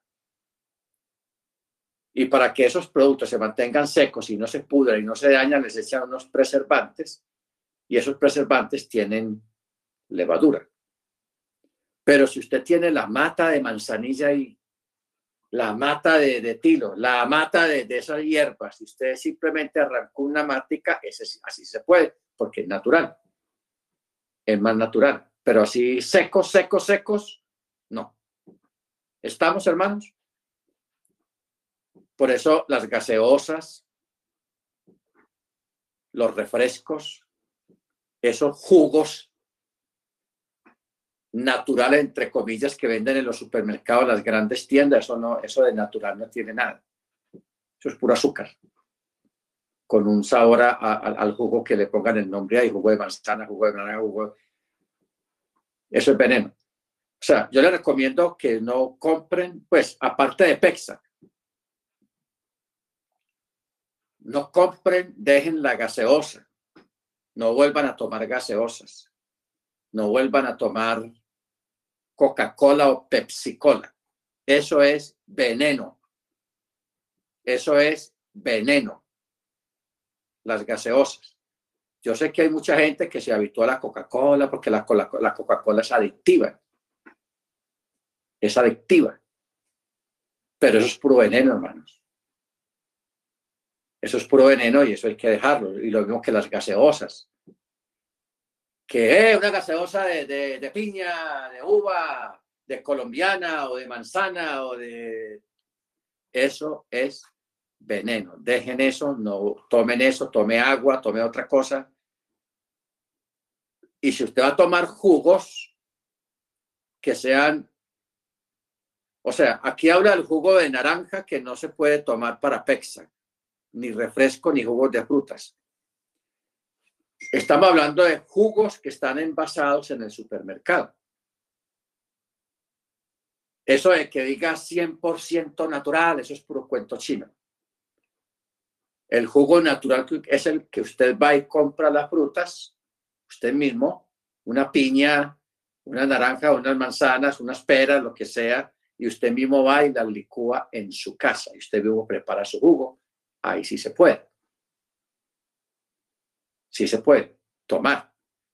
Y para que esos productos se mantengan secos y no se pudran y no se dañan, les echan unos preservantes y esos preservantes tienen levadura. Pero si usted tiene la mata de manzanilla y la mata de, de tilo, la mata de, de esas hierbas, si usted simplemente arrancó una matica, ese, así se puede, porque es natural. Es más natural. Pero así secos, secos, secos, no. ¿Estamos, hermanos? Por eso las gaseosas, los refrescos, esos jugos naturales, entre comillas, que venden en los supermercados, las grandes tiendas, eso, no, eso de natural no tiene nada. Eso es puro azúcar, con un sabor a, a, al jugo que le pongan el nombre ahí, jugo de manzana, jugo de naranja, jugo. Eso es veneno. O sea, yo les recomiendo que no compren, pues, aparte de Pexa, no compren, dejen la gaseosa, no vuelvan a tomar gaseosas, no vuelvan a tomar Coca-Cola o Pepsi-Cola. Eso es veneno. Eso es veneno. Las gaseosas. Yo sé que hay mucha gente que se habitúa a la Coca-Cola porque la, la, la Coca-Cola es adictiva. Es adictiva. Pero eso es puro veneno, hermanos. Eso es puro veneno y eso hay que dejarlo. Y lo mismo que las gaseosas. Que es eh, una gaseosa de, de, de piña, de uva, de colombiana o de manzana o de... Eso es veneno. Dejen eso, no tomen eso, tome agua, tome otra cosa. Y si usted va a tomar jugos que sean... O sea, aquí habla del jugo de naranja que no se puede tomar para Pexa, ni refresco, ni jugos de frutas. Estamos hablando de jugos que están envasados en el supermercado. Eso de que diga cien por ciento natural, eso es puro cuento chino. El jugo natural es el que usted va y compra las frutas, usted mismo, una piña, una naranja, unas manzanas, unas peras, lo que sea, y usted mismo va y las licúa en su casa. Y usted mismo prepara su jugo. Ahí sí se puede. Sí se puede tomar.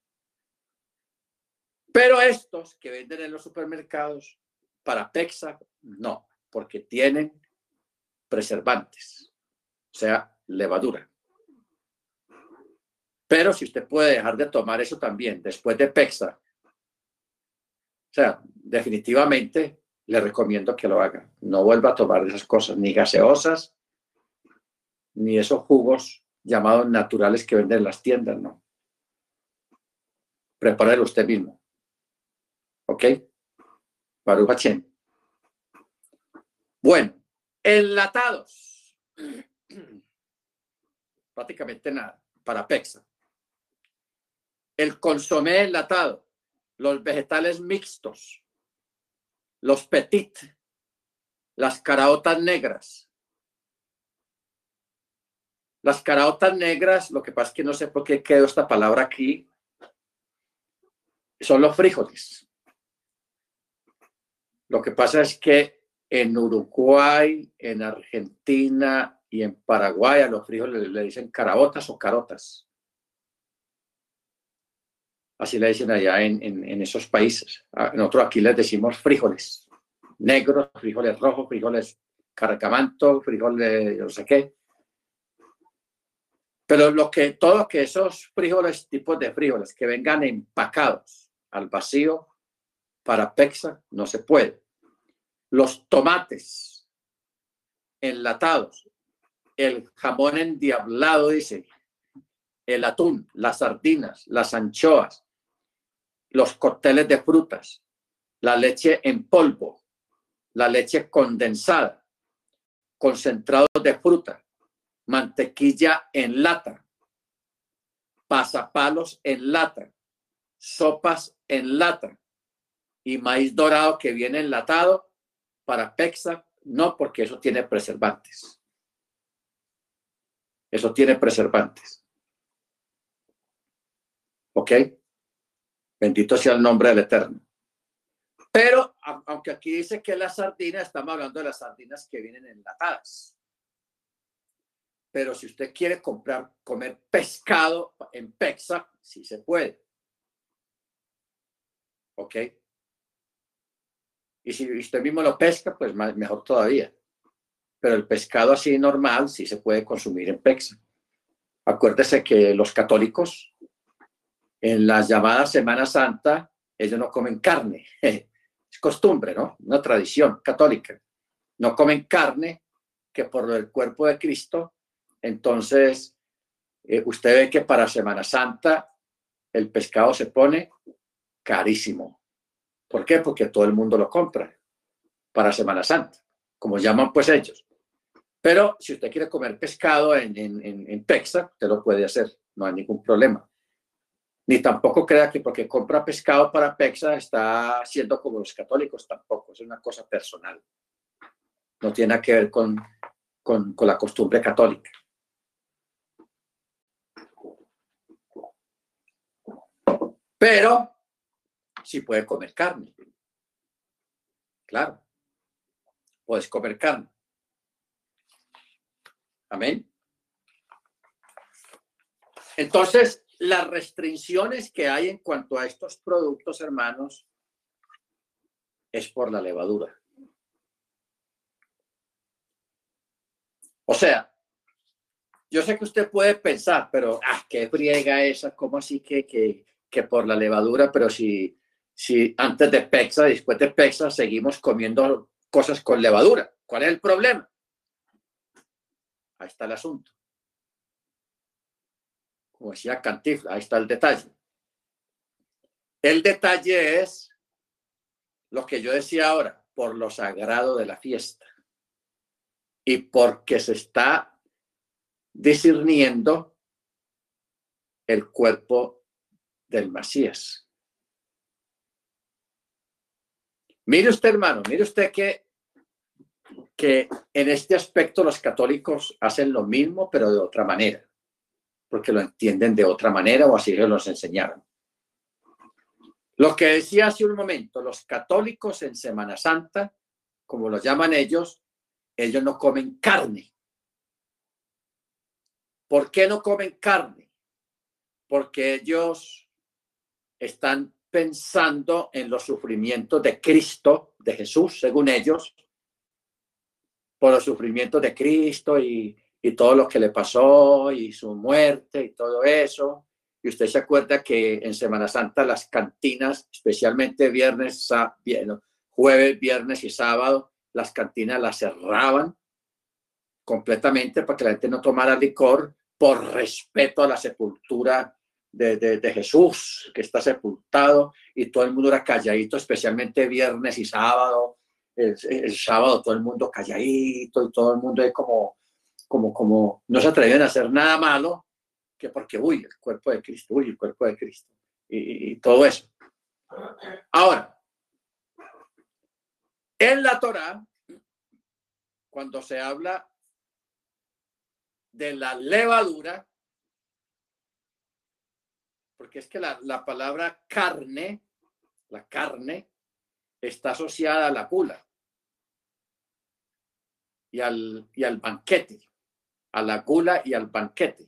Pero estos que venden en los supermercados para Pexa, no, porque tienen preservantes, o sea, levadura. Pero si usted puede dejar de tomar eso también después de Pexa, o sea, definitivamente le recomiendo que lo haga. No vuelva a tomar esas cosas, ni gaseosas, ni esos jugos llamados naturales que venden en las tiendas, no. Prepárelo usted mismo. ¿Ok? Baruch Hashem. Bueno, enlatados. Prácticamente nada, para Pexa. El consomé enlatado, los vegetales mixtos, los petit, las caraotas negras, Las caraotas negras, lo que pasa es que no sé por qué quedó esta palabra aquí, son los frijoles. Lo que pasa es que en Uruguay, en Argentina y en Paraguay a los frijoles le dicen caraotas o carotas. Así le dicen allá en, en, en esos países. Nosotros aquí les decimos frijoles negros, frijoles rojos, frijoles carcamanto, frijoles no sé qué. Pero lo que, todo que esos frijoles, tipos de frijoles que vengan empacados al vacío para Pexa, no se puede. Los tomates enlatados, el jamón endiablado, dice, el atún, las sardinas, las anchoas, los cócteles de frutas, la leche en polvo, la leche condensada, concentrados de fruta, mantequilla en lata, pasapalos en lata, sopas en lata y maíz dorado que viene enlatado para Pexa, no, porque eso tiene preservantes. Eso tiene preservantes. ¿Ok? Bendito sea el nombre del Eterno. Pero, aunque aquí dice que la sardina, estamos hablando de las sardinas que vienen enlatadas. Pero si usted quiere comprar, comer pescado en Pexa, sí se puede. ¿Ok? Y si usted mismo lo pesca, pues más, mejor todavía. Pero el pescado así normal sí se puede consumir en Pexa. Acuérdese que los católicos, en las llamadas Semana Santa, ellos no comen carne. Es costumbre, ¿no? Una tradición católica. No comen carne, que por el cuerpo de Cristo. Entonces, eh, usted ve que para Semana Santa el pescado se pone carísimo. ¿Por qué? Porque todo el mundo lo compra para Semana Santa, como llaman pues ellos. Pero si usted quiere comer pescado en, en, en, en Pexa, usted lo puede hacer, no hay ningún problema. Ni tampoco crea que porque compra pescado para Pexa está siendo como los católicos, tampoco, es una cosa personal. No tiene nada que ver con, con, con la costumbre católica. Pero sí puede comer carne. Claro, puedes comer carne. Amén. Entonces, las restricciones que hay en cuanto a estos productos, hermanos, es por la levadura. O sea, yo sé que usted puede pensar, pero ah, qué friega esa, ¿cómo así que, que, que por la levadura? Pero si, si antes de Pexa, después de Pexa, seguimos comiendo cosas con levadura. ¿Cuál es el problema? Ahí está el asunto. Como decía Cantinflas, ahí está el detalle. El detalle es lo que yo decía ahora, por lo sagrado de la fiesta y porque se está discerniendo el cuerpo del Mesías. Mire usted, hermano, mire usted que, que en este aspecto los católicos hacen lo mismo, pero de otra manera, porque lo entienden de otra manera o así se los enseñaron. Lo que decía hace un momento, los católicos en Semana Santa, como lo llaman ellos, ellos no comen carne. ¿Por qué no comen carne? Porque ellos están pensando en los sufrimientos de Cristo, de Jesús, según ellos, por los sufrimientos de Cristo y, y todo lo que le pasó y su muerte y todo eso. Y usted se acuerda que en Semana Santa las cantinas, especialmente viernes, jueves, viernes y sábado, las cantinas las cerraban completamente para que la gente no tomara licor por respeto a la sepultura de, de, de Jesús, que está sepultado, y todo el mundo era calladito, especialmente viernes y sábado. El, el sábado todo el mundo calladito y todo el mundo es como, como, como no se atreven a hacer nada malo, que porque, uy, el cuerpo de Cristo, uy, el cuerpo de Cristo, y, y, y todo eso. Ahora, en la Torá, cuando se habla de la levadura, porque es que la, la palabra carne, la carne, está asociada a la gula y al, y al banquete, a la gula y al banquete.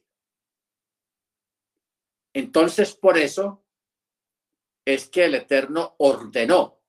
Entonces, por eso es que el Eterno ordenó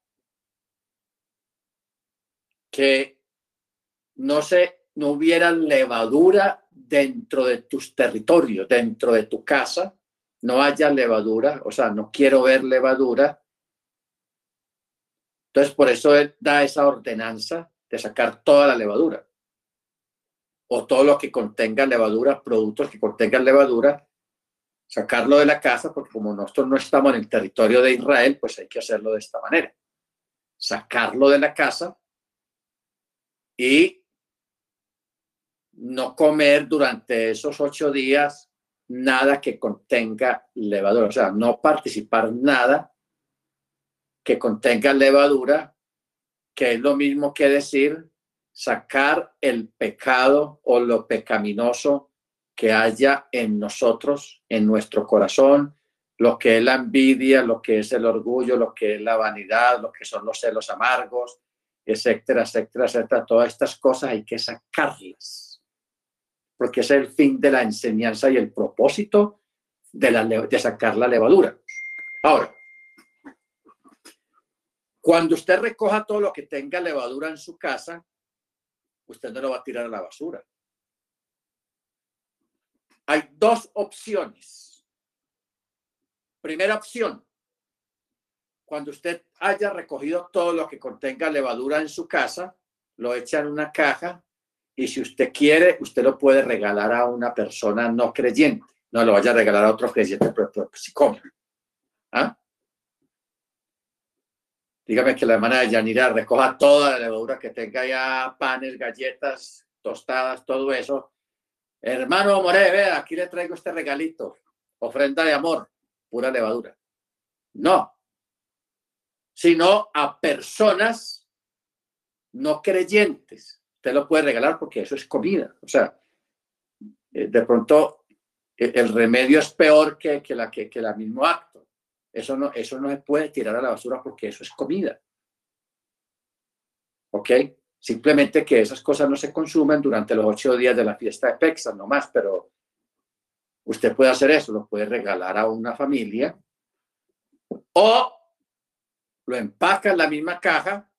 que no se, no hubiera levadura dentro de tus territorios, dentro de tu casa, no haya levadura, o sea, no quiero ver levadura. Entonces, por eso él da esa ordenanza de sacar toda la levadura o todo lo que contenga levadura, productos que contengan levadura, sacarlo de la casa, porque como nosotros no estamos en el territorio de Israel, pues hay que hacerlo de esta manera. Sacarlo de la casa y no comer durante esos ocho días nada que contenga levadura, o sea, no participar nada que contenga levadura, que es lo mismo que decir sacar el pecado o lo pecaminoso que haya en nosotros, en nuestro corazón, lo que es la envidia, lo que es el orgullo, lo que es la vanidad, lo que son los celos amargos, etcétera, etcétera, etcétera. Todas estas cosas hay que sacarlas, porque ese es el fin de la enseñanza y el propósito de, la, de sacar la levadura. Ahora, cuando usted recoja todo lo que tenga levadura en su casa, usted no lo va a tirar a la basura. Hay dos opciones. Primera opción, cuando usted haya recogido todo lo que contenga levadura en su casa, lo echa en una caja y si usted quiere, usted lo puede regalar a una persona no creyente. No lo vaya a regalar a otro creyente, pero, pero si come. ¿Ah? Dígame que la hermana de Yanira recoja toda la levadura que tenga ya, panes, galletas, tostadas, todo eso. Hermano More, vea, aquí le traigo este regalito. Ofrenda de amor, pura levadura. No. Sino a personas no creyentes. Usted lo puede regalar porque eso es comida. O sea, de pronto el remedio es peor que, que, la, que, que el mismo acto. Eso no, eso no se puede tirar a la basura porque eso es comida. ¿Ok? Simplemente que esas cosas no se consumen durante los ocho días de la fiesta de Pesach, no más, pero usted puede hacer eso, lo puede regalar a una familia o lo empaca en la misma caja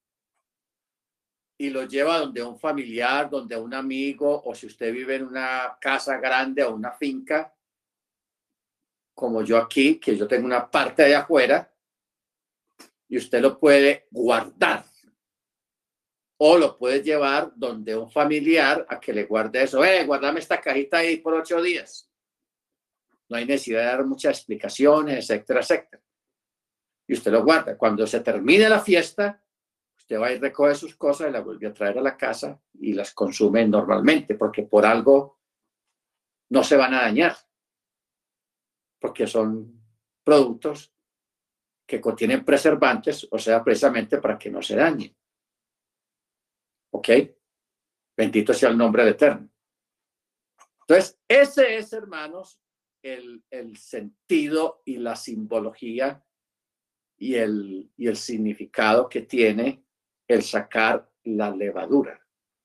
y lo lleva donde un familiar, donde un amigo, o si usted vive en una casa grande o una finca, como yo aquí, que yo tengo una parte de afuera, y usted lo puede guardar. O lo puede llevar donde un familiar a que le guarde eso. Eh, guardame esta cajita ahí por ocho días. No hay necesidad de dar muchas explicaciones, etcétera, etcétera. Y usted lo guarda. Cuando se termine la fiesta, usted va y recoge sus cosas y las vuelve a traer a la casa y las consume normalmente, porque por algo no se van a dañar. Porque son productos que contienen preservantes, o sea, precisamente para que no se dañen. ¿Ok? Bendito sea el nombre del Eterno. Entonces, ese es, hermanos, el, el sentido y la simbología y el, y el significado que tiene el sacar la levadura.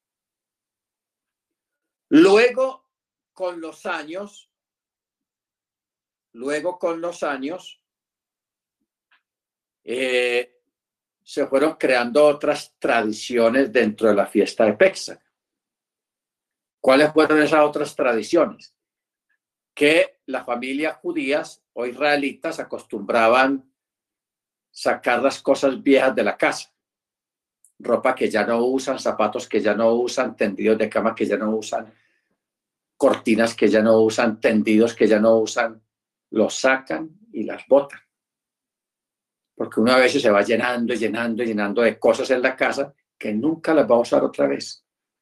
Luego, con los años, luego con los años, eh, se fueron creando otras tradiciones dentro de la fiesta de Pesach. ¿Cuáles fueron esas otras tradiciones? Que las familias judías o israelitas acostumbraban sacar las cosas viejas de la casa. Ropa que ya no usan, zapatos que ya no usan, tendidos de cama que ya no usan, cortinas que ya no usan, tendidos que ya no usan, los sacan y las botan. Porque una vez se va llenando y llenando y llenando de cosas en la casa que nunca las va a usar otra vez.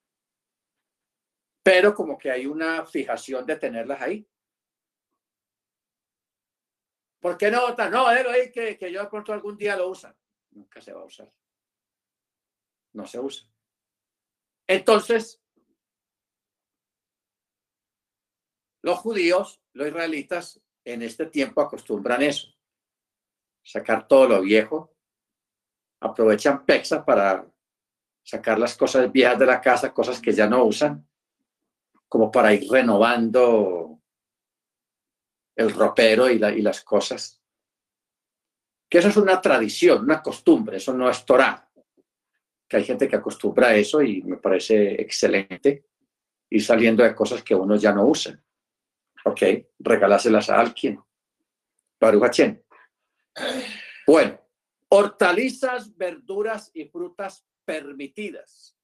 Pero como que hay una fijación de tenerlas ahí. ¿Por qué no botan? No, déjalo ahí que, que yo de pronto algún día lo usan. Nunca se va a usar. No se usa. Entonces, Los judíos, los israelitas, en este tiempo acostumbran eso. Sacar todo lo viejo. Aprovechan Pesaj para sacar las cosas viejas de la casa, cosas que ya no usan, como para ir renovando el ropero y, la, y las cosas. Que eso es una tradición, una costumbre, eso no es Torá. Que hay gente que acostumbra a eso y me parece excelente ir saliendo de cosas que uno ya no usa. Ok, regaláselas a alguien. Baruch Hashem. Bueno, hortalizas, verduras y frutas permitidas.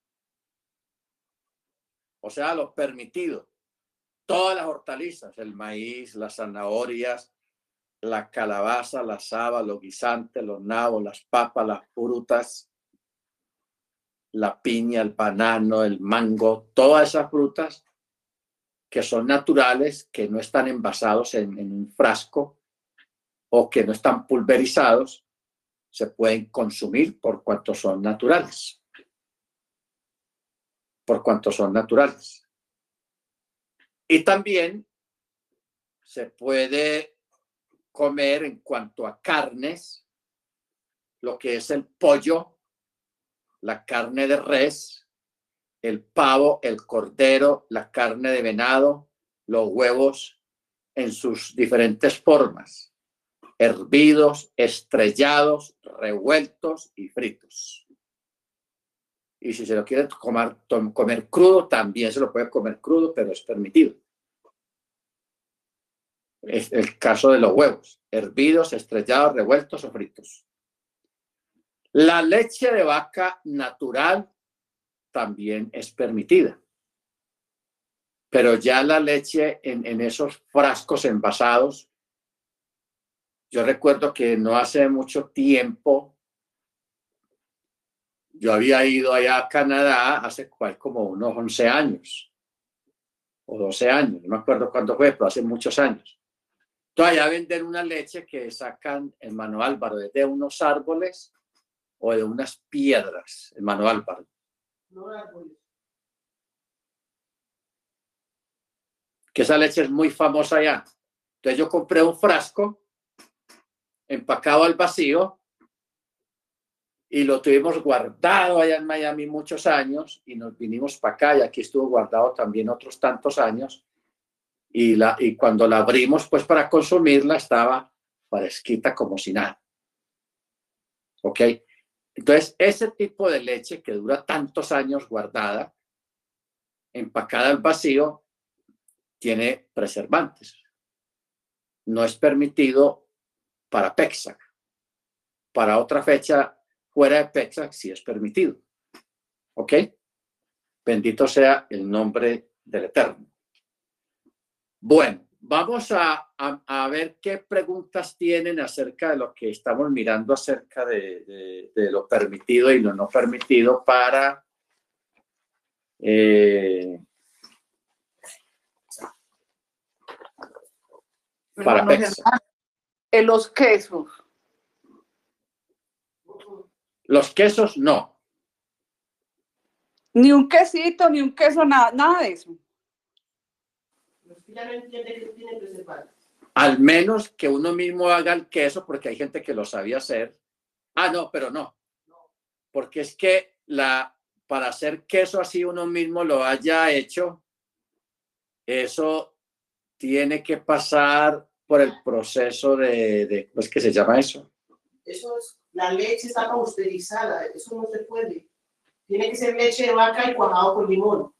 O sea, lo permitido. Todas las hortalizas, el maíz, las zanahorias, la calabaza, las habas, los guisantes, los nabos, las papas, las frutas, la piña, el banano, el mango, todas esas frutas que son naturales, que no están envasados en, en un frasco o que no están pulverizados, se pueden consumir por cuanto son naturales. Por cuanto son naturales. Y también se puede comer en cuanto a carnes, lo que es el pollo, la carne de res, el pavo, el cordero, la carne de venado, los huevos en sus diferentes formas, hervidos, estrellados, revueltos y fritos. Y si se lo quiere comer, comer crudo, también se lo puede comer crudo, pero es permitido. Es el caso de los huevos, hervidos, estrellados, revueltos o fritos. La leche de vaca natural también es permitida. Pero ya la leche en, en esos frascos envasados, yo recuerdo que no hace mucho tiempo, yo había ido allá a Canadá hace como unos once años o doce años, no me acuerdo cuándo fue, pero hace muchos años. Entonces allá venden una leche que sacan, hermano Álvaro, de unos árboles o de unas piedras, hermano Álvaro. Que esa leche es muy famosa allá. Entonces yo compré un frasco empacado al vacío y lo tuvimos guardado allá en Miami muchos años y nos vinimos para acá y aquí estuvo guardado también otros tantos años y, la, y cuando la abrimos pues para consumirla estaba fresquita como si nada. ¿Ok? Entonces, ese tipo de leche que dura tantos años guardada, empacada al vacío, tiene preservantes. No es permitido para Pesaj. Para otra fecha fuera de Pesaj sí es permitido. ¿Ok? Bendito sea el nombre del Eterno. Bueno, vamos a, a, a ver qué preguntas tienen acerca de lo que estamos mirando acerca de, de, de lo permitido y lo no permitido para eh, para Pesaj. En los quesos. Los quesos no. Ni un quesito, ni un queso, nada, nada de eso. Ya no entiende que tiene preservantes. Al menos que uno mismo haga el queso, porque hay gente que lo sabía hacer. Ah, no, pero no. Porque es que la, para hacer queso así uno mismo lo haya hecho, eso tiene que pasar por el proceso de, de ¿cómo es que se llama eso? Eso es, la leche está pasteurizada, eso no se puede. Tiene que ser leche de vaca y cuajado con limón.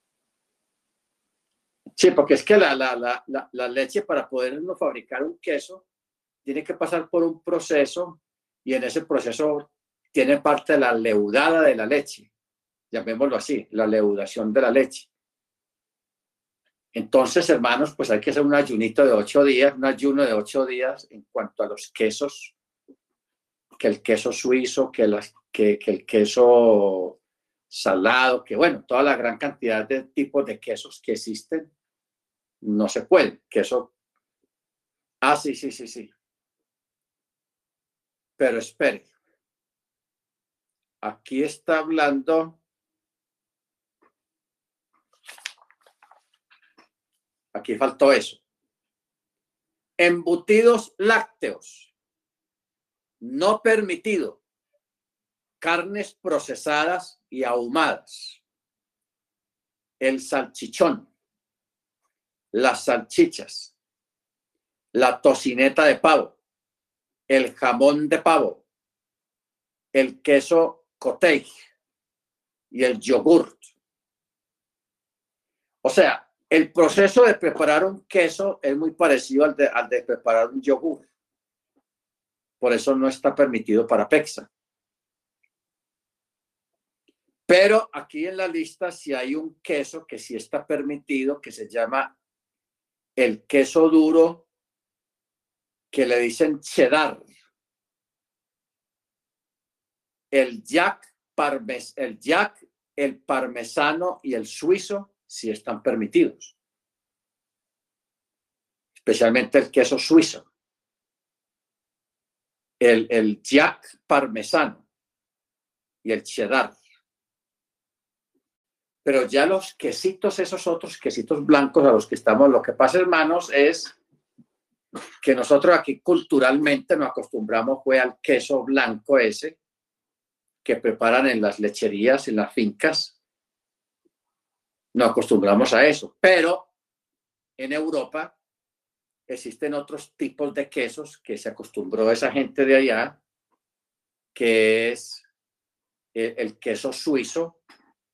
Sí, porque es que la, la, la, la, la leche para poder uno fabricar un queso tiene que pasar por un proceso y en ese proceso tiene parte de la leudada de la leche, llamémoslo así, la leudación de la leche. Entonces, hermanos, pues hay que hacer un ayunito de ocho días, un ayuno de ocho días en cuanto a los quesos, que el queso suizo, que, las, que, que el queso salado, que bueno, toda la gran cantidad de tipos de quesos que existen, no se puede. Queso. Ah, sí, sí, sí, sí. Pero espere. Aquí está hablando. Aquí faltó eso. Embutidos lácteos. No permitido. Carnes procesadas y ahumadas. El salchichón. Las salchichas. La tocineta de pavo. El jamón de pavo. El queso cottage. Y el yogurt. O sea, el proceso de preparar un queso es muy parecido al de, al de preparar un yogur. Por eso no está permitido para Pexa. Pero aquí en la lista sí hay un queso que sí está permitido, que se llama el queso duro, que le dicen cheddar. El jack, parmes, el jack, el parmesano y el suizo sí están permitidos. Especialmente el queso suizo. El, el jack parmesano y el cheddar. Pero ya los quesitos, esos otros quesitos blancos a los que estamos, lo que pasa, hermanos, es que nosotros aquí culturalmente nos acostumbramos fue al queso blanco ese que preparan en las lecherías, en las fincas. Nos acostumbramos a eso. Pero en Europa existen otros tipos de quesos que se acostumbró esa gente de allá, que es el, el queso suizo,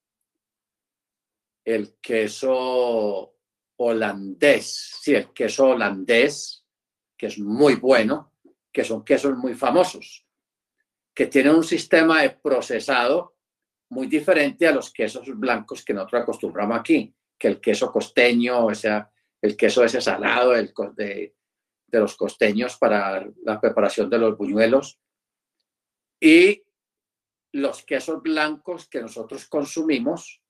el queso holandés, sí, el queso holandés, que es muy bueno, que son quesos muy famosos, que tienen un sistema de procesado muy diferente a los quesos blancos que nosotros acostumbramos aquí, que el queso costeño, o sea, el queso ese salado el, de, de los costeños para la preparación de los buñuelos, y los quesos blancos que nosotros consumimos,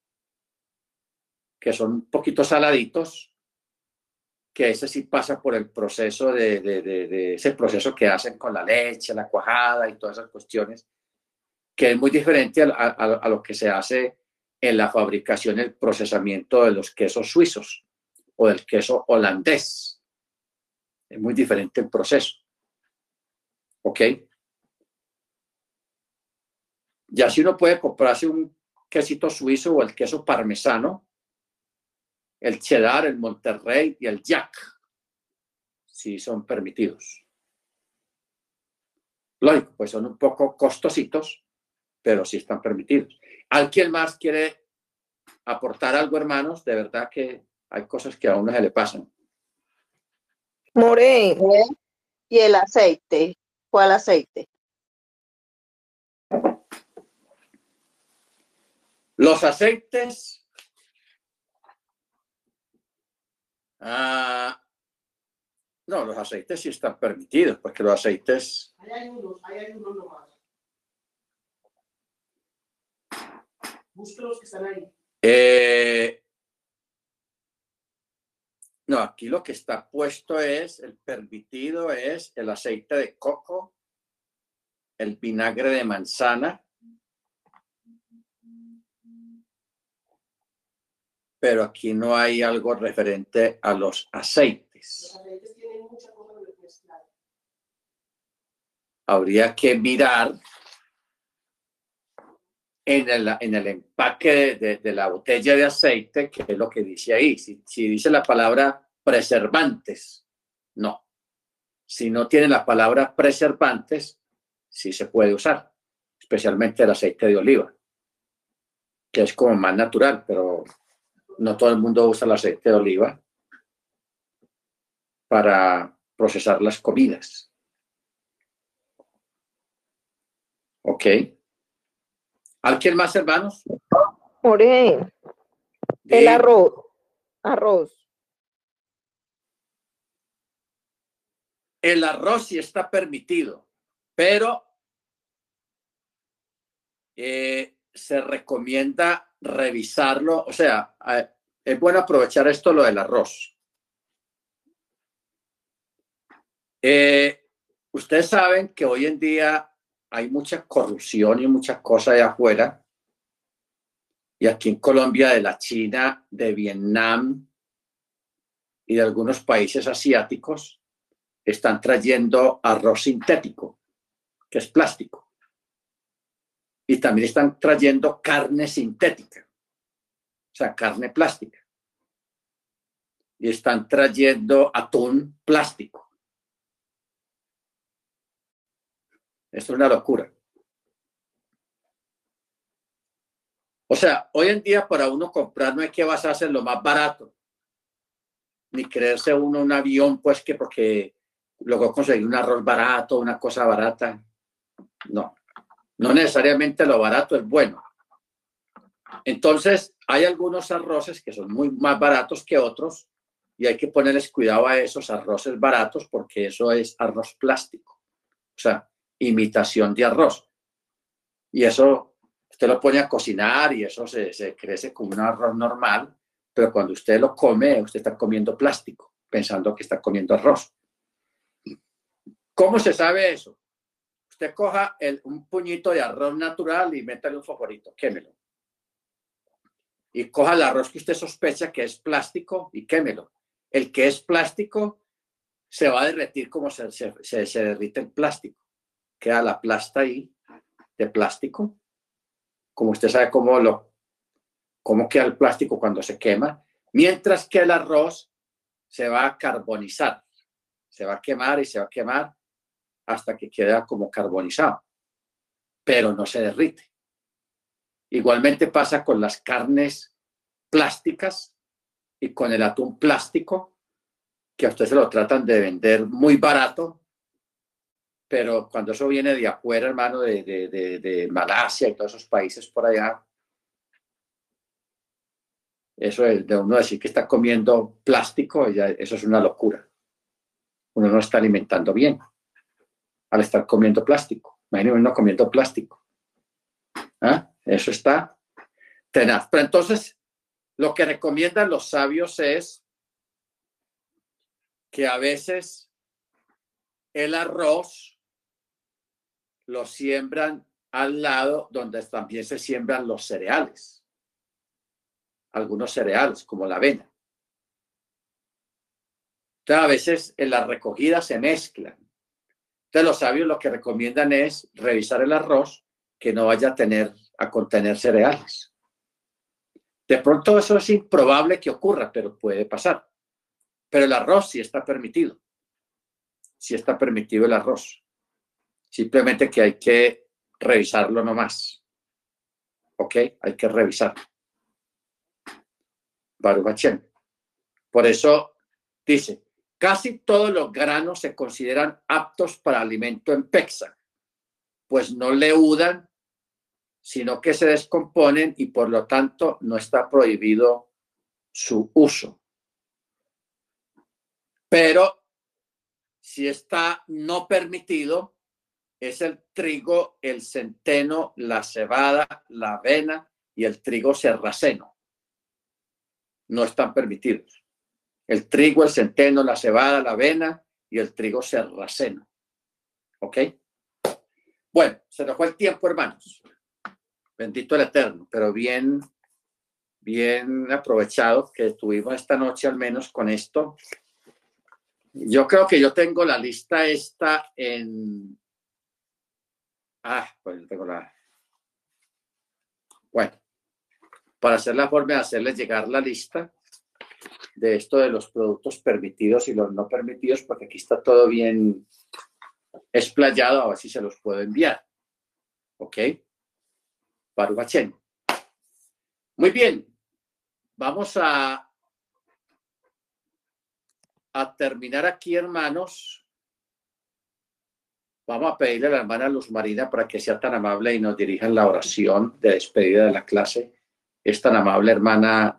que son un poquito saladitos, que ese sí pasa por el proceso de, de, de, de ese proceso que hacen con la leche, la cuajada y todas esas cuestiones, que es muy diferente a, a, a lo que se hace en la fabricación y el procesamiento de los quesos suizos o del queso holandés. Es muy diferente el proceso. ¿Ok? Ya si uno puede comprarse un quesito suizo o el queso parmesano, el cheddar, el Monterrey y el jack, sí son permitidos. Lógico, pues son un poco costositos, pero sí están permitidos. ¿Alguien más quiere aportar algo, hermanos? De verdad que hay cosas que a uno se le pasan. More, ¿y el aceite? ¿Cuál aceite? Los aceites... Ah, no, los aceites sí están permitidos, porque los aceites... Hay unos, hay unos nomás. Busca los que están ahí. Eh, no, aquí lo que está puesto es, el permitido es el aceite de coco, el vinagre de manzana, pero aquí no hay algo referente a los aceites. Los aceites tienen mucha cosa mezclada. Habría que mirar en el, en el empaque de, de, de la botella de aceite, que es lo que dice ahí. Si, si dice la palabra preservantes, no. Si no tiene la palabra preservantes, sí se puede usar, especialmente el aceite de oliva, que es como más natural, pero no todo el mundo usa el aceite de oliva para procesar las comidas. ¿Ok? ¿Alguien más, hermanos? More, el arroz. Arroz. El arroz sí está permitido, pero eh, se recomienda revisarlo. O sea, eh, es bueno aprovechar esto, lo del arroz. Eh, ustedes saben que hoy en día hay mucha corrupción y muchas cosas de afuera. Y aquí en Colombia, de la China, de Vietnam, y de algunos países asiáticos están trayendo arroz sintético, que es plástico. Y también están trayendo carne sintética, o sea, carne plástica. Y están trayendo atún plástico. Esto es una locura. O sea, hoy en día para uno comprar no hay que basarse en lo más barato, ni creerse uno un avión, pues que porque logró conseguir un arroz barato, una cosa barata. No, no necesariamente lo barato es bueno. Entonces, hay algunos arroces que son muy más baratos que otros y hay que ponerles cuidado a esos arroces baratos porque eso es arroz plástico, o sea, imitación de arroz. Y eso usted lo pone a cocinar y eso se, se crece como un arroz normal, pero cuando usted lo come, usted está comiendo plástico, pensando que está comiendo arroz. ¿Cómo se sabe eso? Usted coja el, un puñito de arroz natural y métale un fosforito, quémelo. Y coja el arroz que usted sospecha que es plástico y quémelo. El que es plástico se va a derretir como se, se, se, se derrite el plástico. Queda la plasta ahí de plástico. Como usted sabe cómo, lo, cómo queda el plástico cuando se quema, mientras que el arroz se va a carbonizar, se va a quemar y se va a quemar hasta que queda como carbonizado, pero no se derrite. Igualmente pasa con las carnes plásticas y con el atún plástico, que a usted se lo tratan de vender muy barato, pero cuando eso viene de afuera, hermano, de, de, de, de Malasia y todos esos países por allá, eso es de uno decir que está comiendo plástico, ya, eso es una locura. Uno no está alimentando bien al estar comiendo plástico. Imagínense uno comiendo plástico. ¿Ah? Eso está tenaz. Pero entonces, lo que recomiendan los sabios es que a veces el arroz lo siembran al lado donde también se siembran los cereales. Algunos cereales, como la avena. Entonces, a veces en la recogida se mezclan. Entonces, los sabios lo que recomiendan es revisar el arroz que no vaya a tener, a contener cereales. De pronto eso es improbable que ocurra, pero puede pasar. Pero el arroz sí está permitido. Sí está permitido el arroz. Simplemente que hay que revisarlo nomás. ¿Ok? Hay que revisarlo. Baruch Hashem. Por eso dice, casi todos los granos se consideran aptos para alimento en Pesaj, pues no leudan, sino que se descomponen y por lo tanto no está prohibido su uso. Pero si está no permitido, es el trigo, el centeno, la cebada, la avena y el trigo sarraceno. No están permitidos. El trigo, el centeno, la cebada, la avena y el trigo sarraceno. ¿Ok? Bueno, se nos fue el tiempo, hermanos. Bendito el Eterno, pero bien, bien aprovechado que estuvimos esta noche al menos con esto. Yo creo que yo tengo la lista esta en... Ah, pues yo tengo la... Bueno, para hacer la forma de hacerles llegar la lista de esto de los productos permitidos y los no permitidos, porque aquí está todo bien explayado, a ver si se los puedo enviar. ¿Ok? Baruch Hashem. Muy bien. Vamos a, a terminar aquí, hermanos. Vamos a pedirle a la hermana Luz Marina para que sea tan amable y nos dirija en la oración de despedida de la clase. Es tan amable, hermana